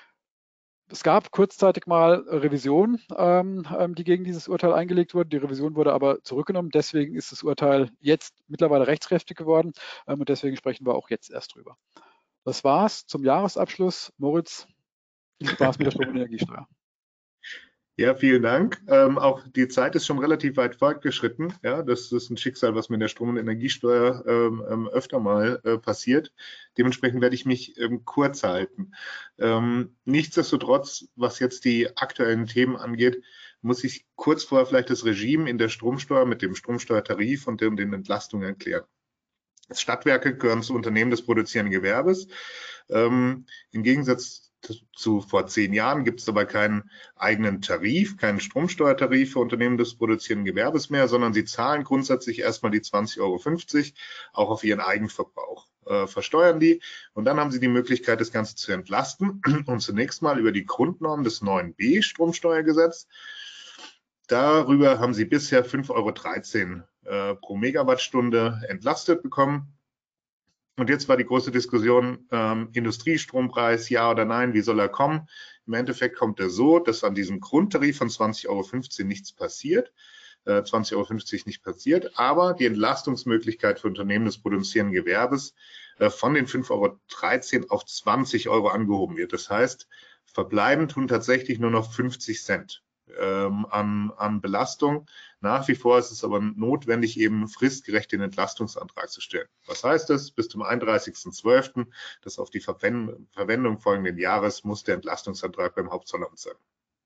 Es gab kurzzeitig mal Revision, ähm, die gegen dieses Urteil eingelegt wurde. Die Revision wurde aber zurückgenommen. Deswegen ist das Urteil jetzt mittlerweile rechtskräftig geworden ähm, und deswegen sprechen wir auch jetzt erst drüber. Das war's zum Jahresabschluss. Moritz, viel Spaß mit der Strom- und Energiesteuer. Ja, vielen Dank. Ähm, auch die Zeit ist schon relativ weit fortgeschritten. Ja, das ist ein Schicksal, was mir in der Strom- und Energiesteuer ähm, ähm, öfter mal äh, passiert. Dementsprechend werde ich mich ähm, kurz halten. Ähm, nichtsdestotrotz, was jetzt die aktuellen Themen angeht, muss ich kurz vorher vielleicht das Regime in der Stromsteuer mit dem Stromsteuertarif und den, den Entlastungen erklären. Stadtwerke gehören zu Unternehmen des produzierenden Gewerbes. Ähm, Im Gegensatz zu vor zehn Jahren gibt es dabei keinen eigenen Tarif, keinen Stromsteuertarif für Unternehmen des produzierenden Gewerbes mehr, sondern sie zahlen grundsätzlich erstmal die zwanzig Euro fünfzig auch auf ihren Eigenverbrauch, äh, versteuern die und dann haben sie die Möglichkeit, das Ganze zu entlasten und zunächst mal über die Grundnorm des neun b Stromsteuergesetz. Darüber haben sie bisher fünf Euro dreizehn äh, pro Megawattstunde entlastet bekommen. Und jetzt war die große Diskussion, ähm, Industriestrompreis, ja oder nein, wie soll er kommen? Im Endeffekt kommt er so, dass an diesem Grundtarif von zwanzig Euro fünfzehn nichts passiert, äh, zwanzig Euro fünfzig nicht passiert, aber die Entlastungsmöglichkeit für Unternehmen des produzierenden Gewerbes äh, von den fünf Euro dreizehn auf zwanzig Euro angehoben wird. Das heißt, verbleiben tun tatsächlich nur noch fünfzig Cent. Ähm, an, an Belastung. Nach wie vor ist es aber notwendig, eben fristgerecht den Entlastungsantrag zu stellen. Was heißt das? Bis zum einunddreißigsten zwölften des auf die Verwendung folgenden Jahres muss der Entlastungsantrag beim Hauptzollamt sein.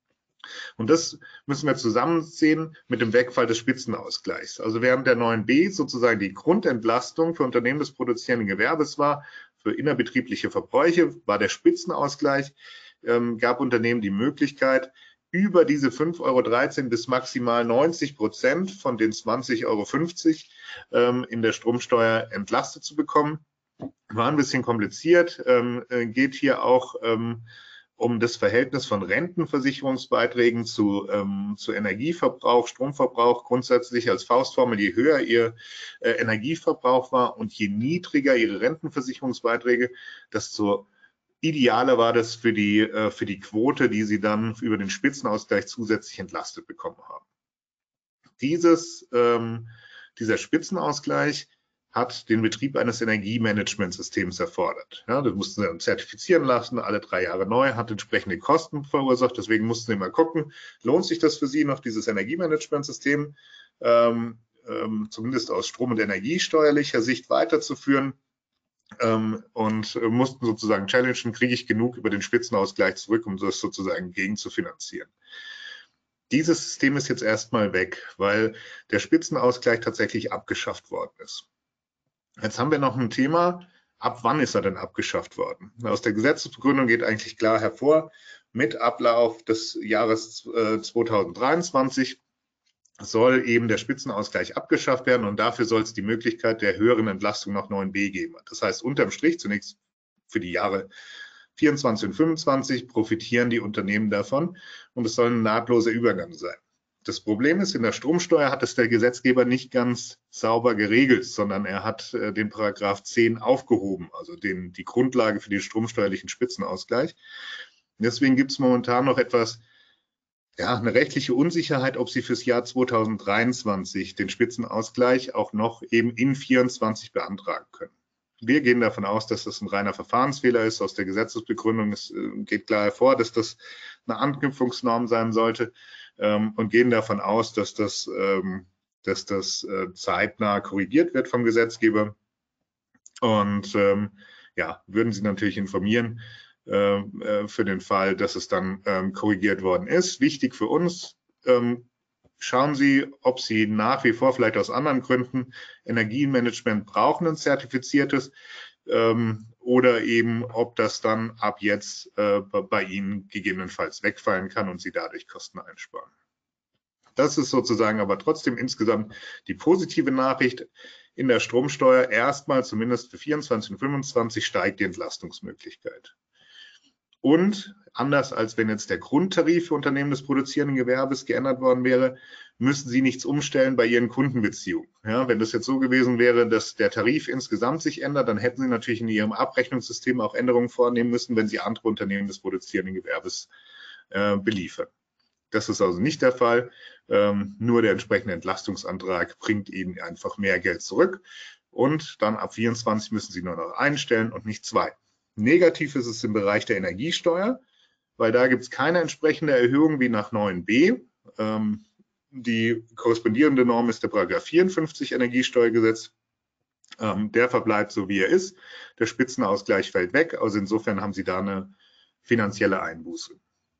Und das müssen wir zusammen sehen mit dem Wegfall des Spitzenausgleichs. Also während der neun b sozusagen die Grundentlastung für Unternehmen des produzierenden Gewerbes war, für innerbetriebliche Verbräuche war der Spitzenausgleich, ähm, gab Unternehmen die Möglichkeit, über diese fünf Euro dreizehn bis maximal neunzig Prozent von den zwanzig Euro fünfzig ähm, in der Stromsteuer entlastet zu bekommen. War ein bisschen kompliziert, ähm, geht hier auch ähm, um das Verhältnis von Rentenversicherungsbeiträgen zu, ähm, zu Energieverbrauch, Stromverbrauch grundsätzlich als Faustformel. Je höher Ihr äh, Energieverbrauch war und je niedriger Ihre Rentenversicherungsbeiträge, desto idealer war das für die, für die Quote, die Sie dann über den Spitzenausgleich zusätzlich entlastet bekommen haben. Dieses, ähm, dieser Spitzenausgleich hat den Betrieb eines Energiemanagementsystems erfordert. Ja, das mussten Sie dann zertifizieren lassen, alle drei Jahre neu, hat entsprechende Kosten verursacht. Deswegen mussten Sie mal gucken, lohnt sich das für Sie noch, dieses Energiemanagementsystem ähm, ähm, zumindest aus Strom- und Energiesteuerlicher Sicht weiterzuführen? Ähm, und äh, mussten sozusagen challengen, kriege ich genug über den Spitzenausgleich zurück, um das sozusagen gegen zu finanzieren. Dieses System ist jetzt erstmal weg, weil der Spitzenausgleich tatsächlich abgeschafft worden ist. Jetzt haben wir noch ein Thema, ab wann ist er denn abgeschafft worden? Aus der Gesetzesbegründung geht eigentlich klar hervor, mit Ablauf des Jahres äh, zweitausenddreiundzwanzig soll eben der Spitzenausgleich abgeschafft werden und dafür soll es die Möglichkeit der höheren Entlastung nach neun b geben. Das heißt, unterm Strich zunächst für die Jahre vierundzwanzig und fünfundzwanzig profitieren die Unternehmen davon und es soll ein nahtloser Übergang sein. Das Problem ist, in der Stromsteuer hat es der Gesetzgeber nicht ganz sauber geregelt, sondern er hat äh, den Paragraph zehn aufgehoben, also den, die Grundlage für den stromsteuerlichen Spitzenausgleich. Deswegen gibt es momentan noch etwas, ja, eine rechtliche Unsicherheit, ob Sie fürs Jahr zweitausenddreiundzwanzig den Spitzenausgleich auch noch eben in vierundzwanzig beantragen können. Wir gehen davon aus, dass das ein reiner Verfahrensfehler ist. Aus der Gesetzesbegründung es geht klar hervor, dass das eine Anknüpfungsnorm sein sollte ähm, und gehen davon aus, dass das, ähm, dass das äh, zeitnah korrigiert wird vom Gesetzgeber. Und ähm, ja, würden Sie natürlich informieren äh, für den Fall, dass es dann ähm, korrigiert worden ist. Wichtig für uns, ähm, schauen Sie, ob Sie nach wie vor vielleicht aus anderen Gründen Energiemanagement brauchen, ein zertifiziertes, ähm, oder eben, ob das dann ab jetzt äh, bei Ihnen gegebenenfalls wegfallen kann und Sie dadurch Kosten einsparen. Das ist sozusagen aber trotzdem insgesamt die positive Nachricht. In der Stromsteuer erstmal, zumindest für vierundzwanzig und fünfundzwanzig, steigt die Entlastungsmöglichkeit. Und anders als wenn jetzt der Grundtarif für Unternehmen des produzierenden Gewerbes geändert worden wäre, müssen Sie nichts umstellen bei Ihren Kundenbeziehungen. Ja, wenn das jetzt so gewesen wäre, dass der Tarif insgesamt sich ändert, dann hätten Sie natürlich in Ihrem Abrechnungssystem auch Änderungen vornehmen müssen, wenn Sie andere Unternehmen des produzierenden Gewerbes äh, beliefern. Das ist also nicht der Fall. Ähm, nur der entsprechende Entlastungsantrag bringt Ihnen einfach mehr Geld zurück. Und dann ab vierundzwanzig müssen Sie nur noch einstellen und nicht zwei. Negativ ist es im Bereich der Energiesteuer, weil da gibt es keine entsprechende Erhöhung wie nach neun b. Ähm, die korrespondierende Norm ist der Paragraph vierundfünfzig Energiesteuergesetz. Ähm, der verbleibt so, wie er ist. Der Spitzenausgleich fällt weg. Also insofern haben Sie da eine finanzielle Einbuße.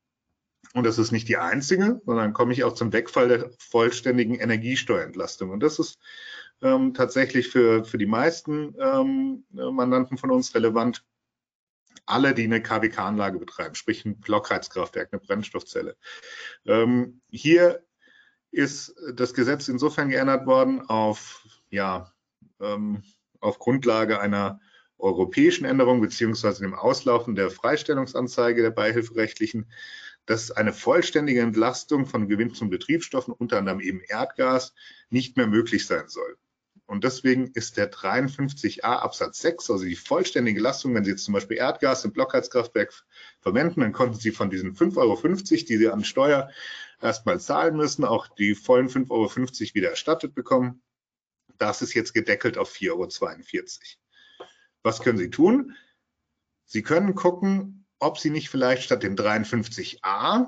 Und das ist nicht die einzige, sondern komme ich auch zum Wegfall der vollständigen Energiesteuerentlastung. Und das ist ähm, tatsächlich für, für die meisten ähm, Mandanten von uns relevant. Alle, die eine K W K-Anlage betreiben, sprich ein Blockheizkraftwerk, eine Brennstoffzelle. Ähm, hier ist das Gesetz insofern geändert worden auf, ja, ähm, auf Grundlage einer europäischen Änderung beziehungsweise dem Auslaufen der Freistellungsanzeige der beihilferechtlichen, dass eine vollständige Entlastung von Gewinn zum Betriebsstoffen, unter anderem eben Erdgas, nicht mehr möglich sein soll. Und deswegen ist der dreiundfünfzig a Absatz sechs, also die vollständige Belastung, wenn Sie jetzt zum Beispiel Erdgas im Blockheizkraftwerk verwenden, dann konnten Sie von diesen fünf Euro fünfzig, die Sie an Steuer erstmal zahlen müssen, auch die vollen fünf Euro fünfzig wieder erstattet bekommen. Das ist jetzt gedeckelt auf vier Euro zweiundvierzig. Was können Sie tun? Sie können gucken, ob Sie nicht vielleicht statt dem dreiundfünfzig a,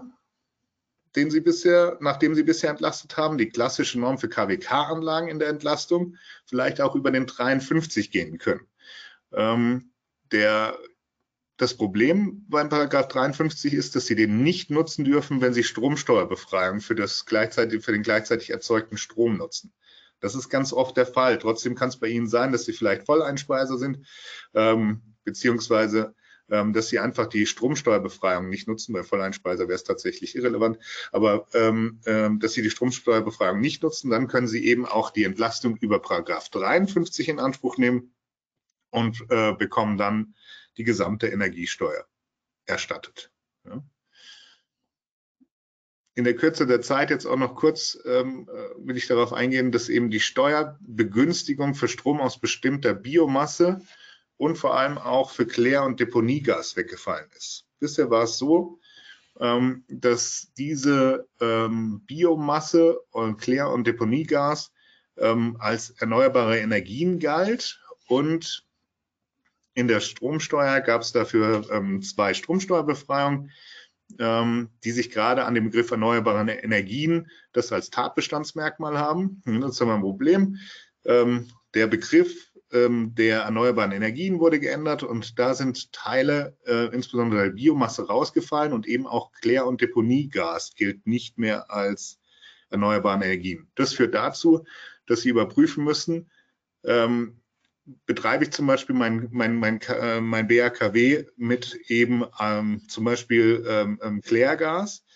den Sie bisher, nachdem Sie bisher entlastet haben, die klassische Norm für K W K-Anlagen in der Entlastung, vielleicht auch über den dreiundfünfzig gehen können. Ähm, der, das Problem beim Paragraph dreiundfünfzig ist, dass Sie den nicht nutzen dürfen, wenn Sie Stromsteuerbefreiung für, das gleichzeitig, für den gleichzeitig erzeugten Strom nutzen. Das ist ganz oft der Fall. Trotzdem kann es bei Ihnen sein, dass Sie vielleicht Volleinspeiser sind, ähm, beziehungsweise dass Sie einfach die Stromsteuerbefreiung nicht nutzen. Bei Volleinspeiser wäre es tatsächlich irrelevant. Aber ähm, dass Sie die Stromsteuerbefreiung nicht nutzen, dann können Sie eben auch die Entlastung über Paragraph dreiundfünfzig in Anspruch nehmen und äh, bekommen dann die gesamte Energiesteuer erstattet. Ja. In der Kürze der Zeit jetzt auch noch kurz ähm, will ich darauf eingehen, dass eben die Steuerbegünstigung für Strom aus bestimmter Biomasse und vor allem auch für Klär- und Deponiegas weggefallen ist. Bisher war es so, ähm, dass diese ähm, Biomasse und Klär- und Deponiegas ähm, als erneuerbare Energien galt und in der Stromsteuer gab es dafür ähm, zwei Stromsteuerbefreiungen, ähm, die sich gerade an dem Begriff erneuerbare Energien das als Tatbestandsmerkmal haben. Das ist aber ein Problem. Ähm, der Begriff der erneuerbaren Energien wurde geändert und da sind Teile, äh, insbesondere der Biomasse, rausgefallen und eben auch Klär- und Deponiegas gilt nicht mehr als erneuerbare Energien. Das führt dazu, dass Sie überprüfen müssen, ähm, betreibe ich zum Beispiel mein, mein, mein, äh, mein B A K W mit eben ähm, zum Beispiel ähm, Klärgas,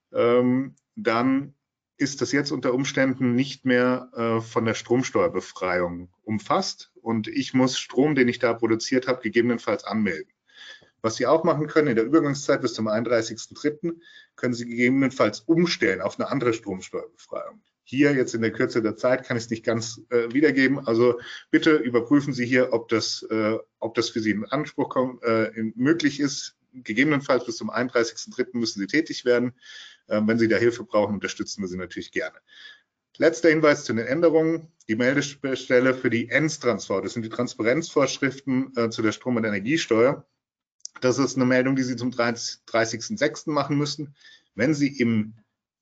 ähm, dann ist das jetzt unter Umständen nicht mehr äh, von der Stromsteuerbefreiung umfasst und ich muss Strom, den ich da produziert habe, gegebenenfalls anmelden. Was Sie auch machen können in der Übergangszeit bis zum einunddreißigsten dritten können Sie gegebenenfalls umstellen auf eine andere Stromsteuerbefreiung. Hier jetzt in der Kürze der Zeit kann ich es nicht ganz äh, wiedergeben. Also bitte überprüfen Sie hier, ob das, äh, ob das für Sie in Anspruch kommt, äh, möglich ist. Gegebenenfalls bis zum einunddreißigsten dritten müssen Sie tätig werden. Äh, wenn Sie da Hilfe brauchen, unterstützen wir Sie natürlich gerne. Letzter Hinweis zu den Änderungen. Die Meldestelle für die E N S Transfer, das sind die Transparenzvorschriften äh, zu der Strom- und Energiesteuer. Das ist eine Meldung, die Sie zum dreißigsten sechsten machen müssen. Wenn Sie im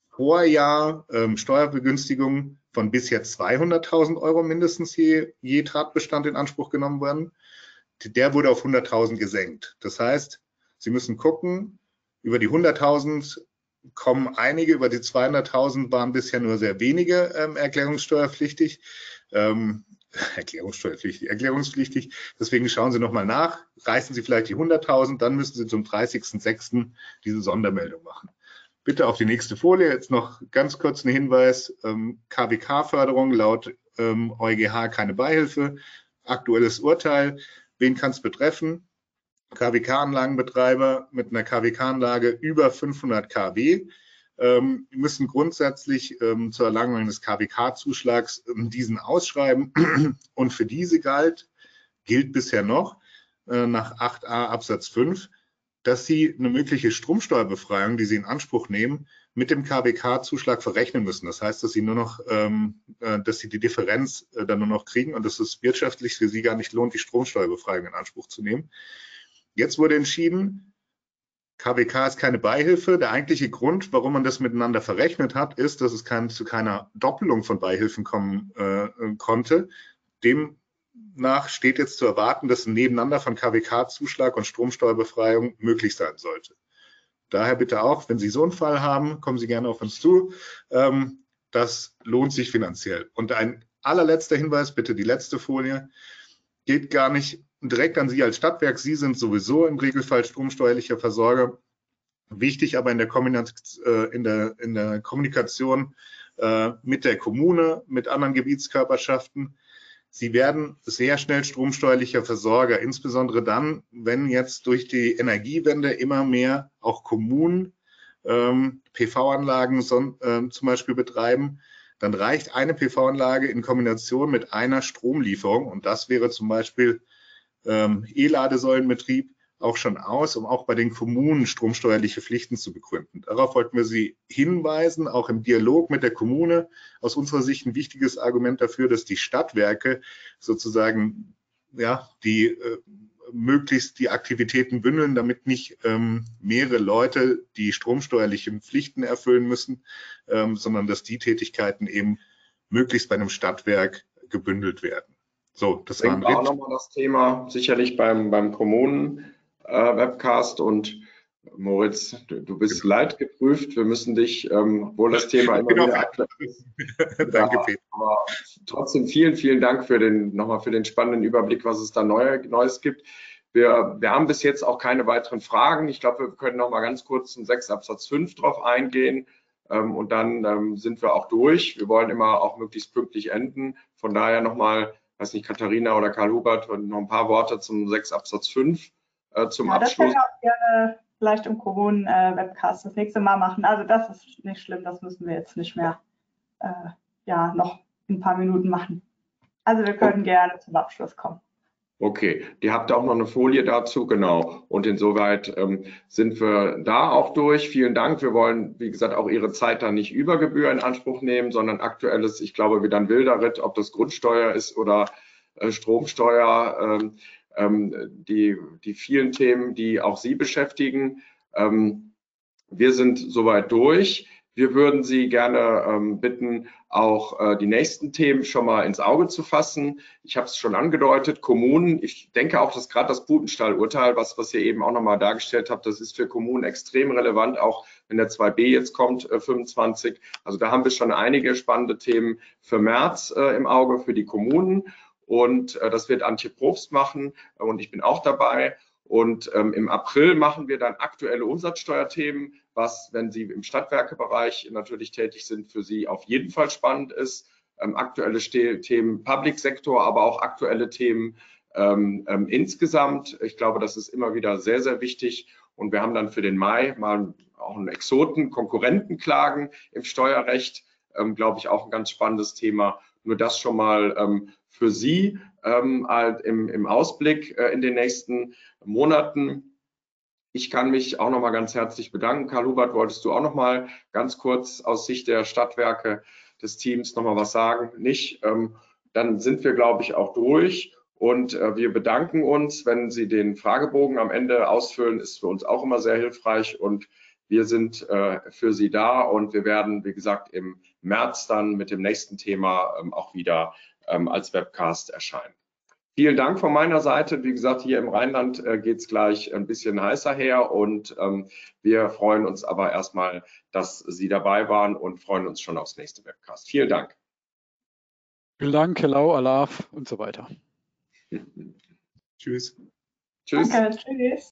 Vorjahr ähm, Steuerbegünstigung von bisher zweihunderttausend Euro mindestens je, je Tatbestand in Anspruch genommen werden, der wurde auf hunderttausend gesenkt. Das heißt, Sie müssen gucken, über die hunderttausend kommen einige, über die zweihunderttausend waren bisher nur sehr wenige ähm, erklärungssteuerpflichtig. Ähm, Erklärungssteuerpflichtig, erklärungspflichtig. Deswegen schauen Sie nochmal nach, reißen Sie vielleicht die hunderttausend, dann müssen Sie zum dreißigsten sechsten diese Sondermeldung machen. Bitte auf die nächste Folie. Jetzt noch ganz kurz ein Hinweis. Ähm, K W K-Förderung laut ähm, E u G H keine Beihilfe. Aktuelles Urteil. Wen kann es betreffen? K W K-Anlagenbetreiber mit einer K W K-Anlage über fünfhundert Kilowatt ähm, müssen grundsätzlich ähm, zur Erlangung eines K W K-Zuschlags ähm, diesen ausschreiben. Und für diese galt, gilt bisher noch äh, nach acht a Absatz fünf, dass Sie eine mögliche Stromsteuerbefreiung, die Sie in Anspruch nehmen, mit dem K W K-Zuschlag verrechnen müssen. Das heißt, dass Sie nur noch, ähm, äh, dass Sie die Differenz äh, dann nur noch kriegen und dass es wirtschaftlich für Sie gar nicht lohnt, die Stromsteuerbefreiung in Anspruch zu nehmen. Jetzt wurde entschieden, K W K ist keine Beihilfe. Der eigentliche Grund, warum man das miteinander verrechnet hat, ist, dass es kein, zu keiner Doppelung von Beihilfen kommen äh, konnte. Demnach steht jetzt zu erwarten, dass ein Nebeneinander von K W K-Zuschlag und Stromsteuerbefreiung möglich sein sollte. Daher bitte auch, wenn Sie so einen Fall haben, kommen Sie gerne auf uns zu. Ähm, das lohnt sich finanziell. Und ein allerletzter Hinweis, bitte die letzte Folie, geht gar nicht direkt an Sie als Stadtwerk. Sie sind sowieso im Regelfall stromsteuerlicher Versorger. Wichtig aber in der, in der, in der Kommunikation äh, mit der Kommune, mit anderen Gebietskörperschaften. Sie werden sehr schnell stromsteuerlicher Versorger, insbesondere dann, wenn jetzt durch die Energiewende immer mehr auch Kommunen ähm, P V-Anlagen äh, zum Beispiel betreiben. Dann reicht eine P V-Anlage in Kombination mit einer Stromlieferung, und das wäre zum Beispiel ähm, E-Ladesäulenbetrieb, auch schon aus, um auch bei den Kommunen stromsteuerliche Pflichten zu begründen. Darauf wollten wir Sie hinweisen, auch im Dialog mit der Kommune. Aus unserer Sicht ein wichtiges Argument dafür, dass die Stadtwerke sozusagen ja, die äh, möglichst die Aktivitäten bündeln, damit nicht ähm, mehrere Leute die stromsteuerlichen Pflichten erfüllen müssen, ähm, sondern dass die Tätigkeiten eben möglichst bei einem Stadtwerk gebündelt werden. So, das war ein auch nochmal das Thema, sicherlich beim, beim Kommunen-Webcast äh, und Moritz, du, du bist genau. leidgeprüft. Wir müssen dich, ähm, obwohl das Thema immer wieder aktuell ist. Danke, ja, Peter. Aber trotzdem vielen, vielen Dank für den, nochmal für den spannenden Überblick, was es da Neue, Neues gibt. Wir, wir haben bis jetzt auch keine weiteren Fragen. Ich glaube, wir können noch mal ganz kurz zum sechs Absatz fünf drauf eingehen. Ähm, und dann ähm, sind wir auch durch. Wir wollen immer auch möglichst pünktlich enden. Von daher noch mal, weiß nicht, Katharina oder Karl-Hubert, noch ein paar Worte zum sechs Absatz fünf äh, zum ja, Abschluss. Das können wir auch gerne vielleicht im Kommunen-Webcast das nächste Mal machen. Also das ist nicht schlimm, das müssen wir jetzt nicht mehr äh, ja, noch in ein paar Minuten machen. Also wir können okay. gerne zum Abschluss kommen. Okay, ihr habt auch noch eine Folie dazu, genau. Und insoweit ähm, sind wir da auch durch. Vielen Dank. Wir wollen, wie gesagt, auch Ihre Zeit dann nicht über Gebühr in Anspruch nehmen, sondern aktuelles, ich glaube, wieder ein wilder Ritt, ob das Grundsteuer ist oder äh, Stromsteuer, ähm, ähm, die, die vielen Themen, die auch Sie beschäftigen. Ähm, wir sind soweit durch. Wir würden Sie gerne ähm, bitten, auch äh, die nächsten Themen schon mal ins Auge zu fassen. Ich habe es schon angedeutet, Kommunen. Ich denke auch, dass gerade das Butenstahl-Urteil, was, was ihr eben auch nochmal dargestellt habt, das ist für Kommunen extrem relevant, auch wenn der zwei b jetzt kommt, äh, fünfundzwanzig. Also da haben wir schon einige spannende Themen für März äh, im Auge für die Kommunen. und äh, das wird Antje Probst machen und ich bin auch dabei. Und ähm, im April machen wir dann aktuelle Umsatzsteuerthemen, was, wenn Sie im Stadtwerkebereich natürlich tätig sind, für Sie auf jeden Fall spannend ist. Ähm, aktuelle Ste Themen Public Sektor, aber auch aktuelle Themen ähm, ähm, insgesamt. Ich glaube, das ist immer wieder sehr, sehr wichtig. Und wir haben dann für den Mai mal auch einen Exoten, Konkurrentenklagen im Steuerrecht, ähm, glaube ich, auch ein ganz spannendes Thema. Nur das schon mal ähm, für Sie ähm, im, im Ausblick äh, in den nächsten Monaten. Ich kann mich auch noch mal ganz herzlich bedanken. Karl-Hubert, wolltest du auch noch mal ganz kurz aus Sicht der Stadtwerke des Teams noch mal was sagen? Nicht? Ähm, dann sind wir, glaube ich, auch durch. Und äh, wir bedanken uns, wenn Sie den Fragebogen am Ende ausfüllen, ist für uns auch immer sehr hilfreich. Und wir sind äh, für Sie da und wir werden, wie gesagt, im März dann mit dem nächsten Thema ähm, auch wieder ähm, als Webcast erscheinen. Vielen Dank von meiner Seite. Wie gesagt, hier im Rheinland äh, geht es gleich ein bisschen heißer her und ähm, wir freuen uns aber erstmal, dass Sie dabei waren und freuen uns schon aufs nächste Webcast. Vielen Dank. Vielen Dank, hello, Alaf und so weiter. Tschüss. Tschüss. Danke, tschüss.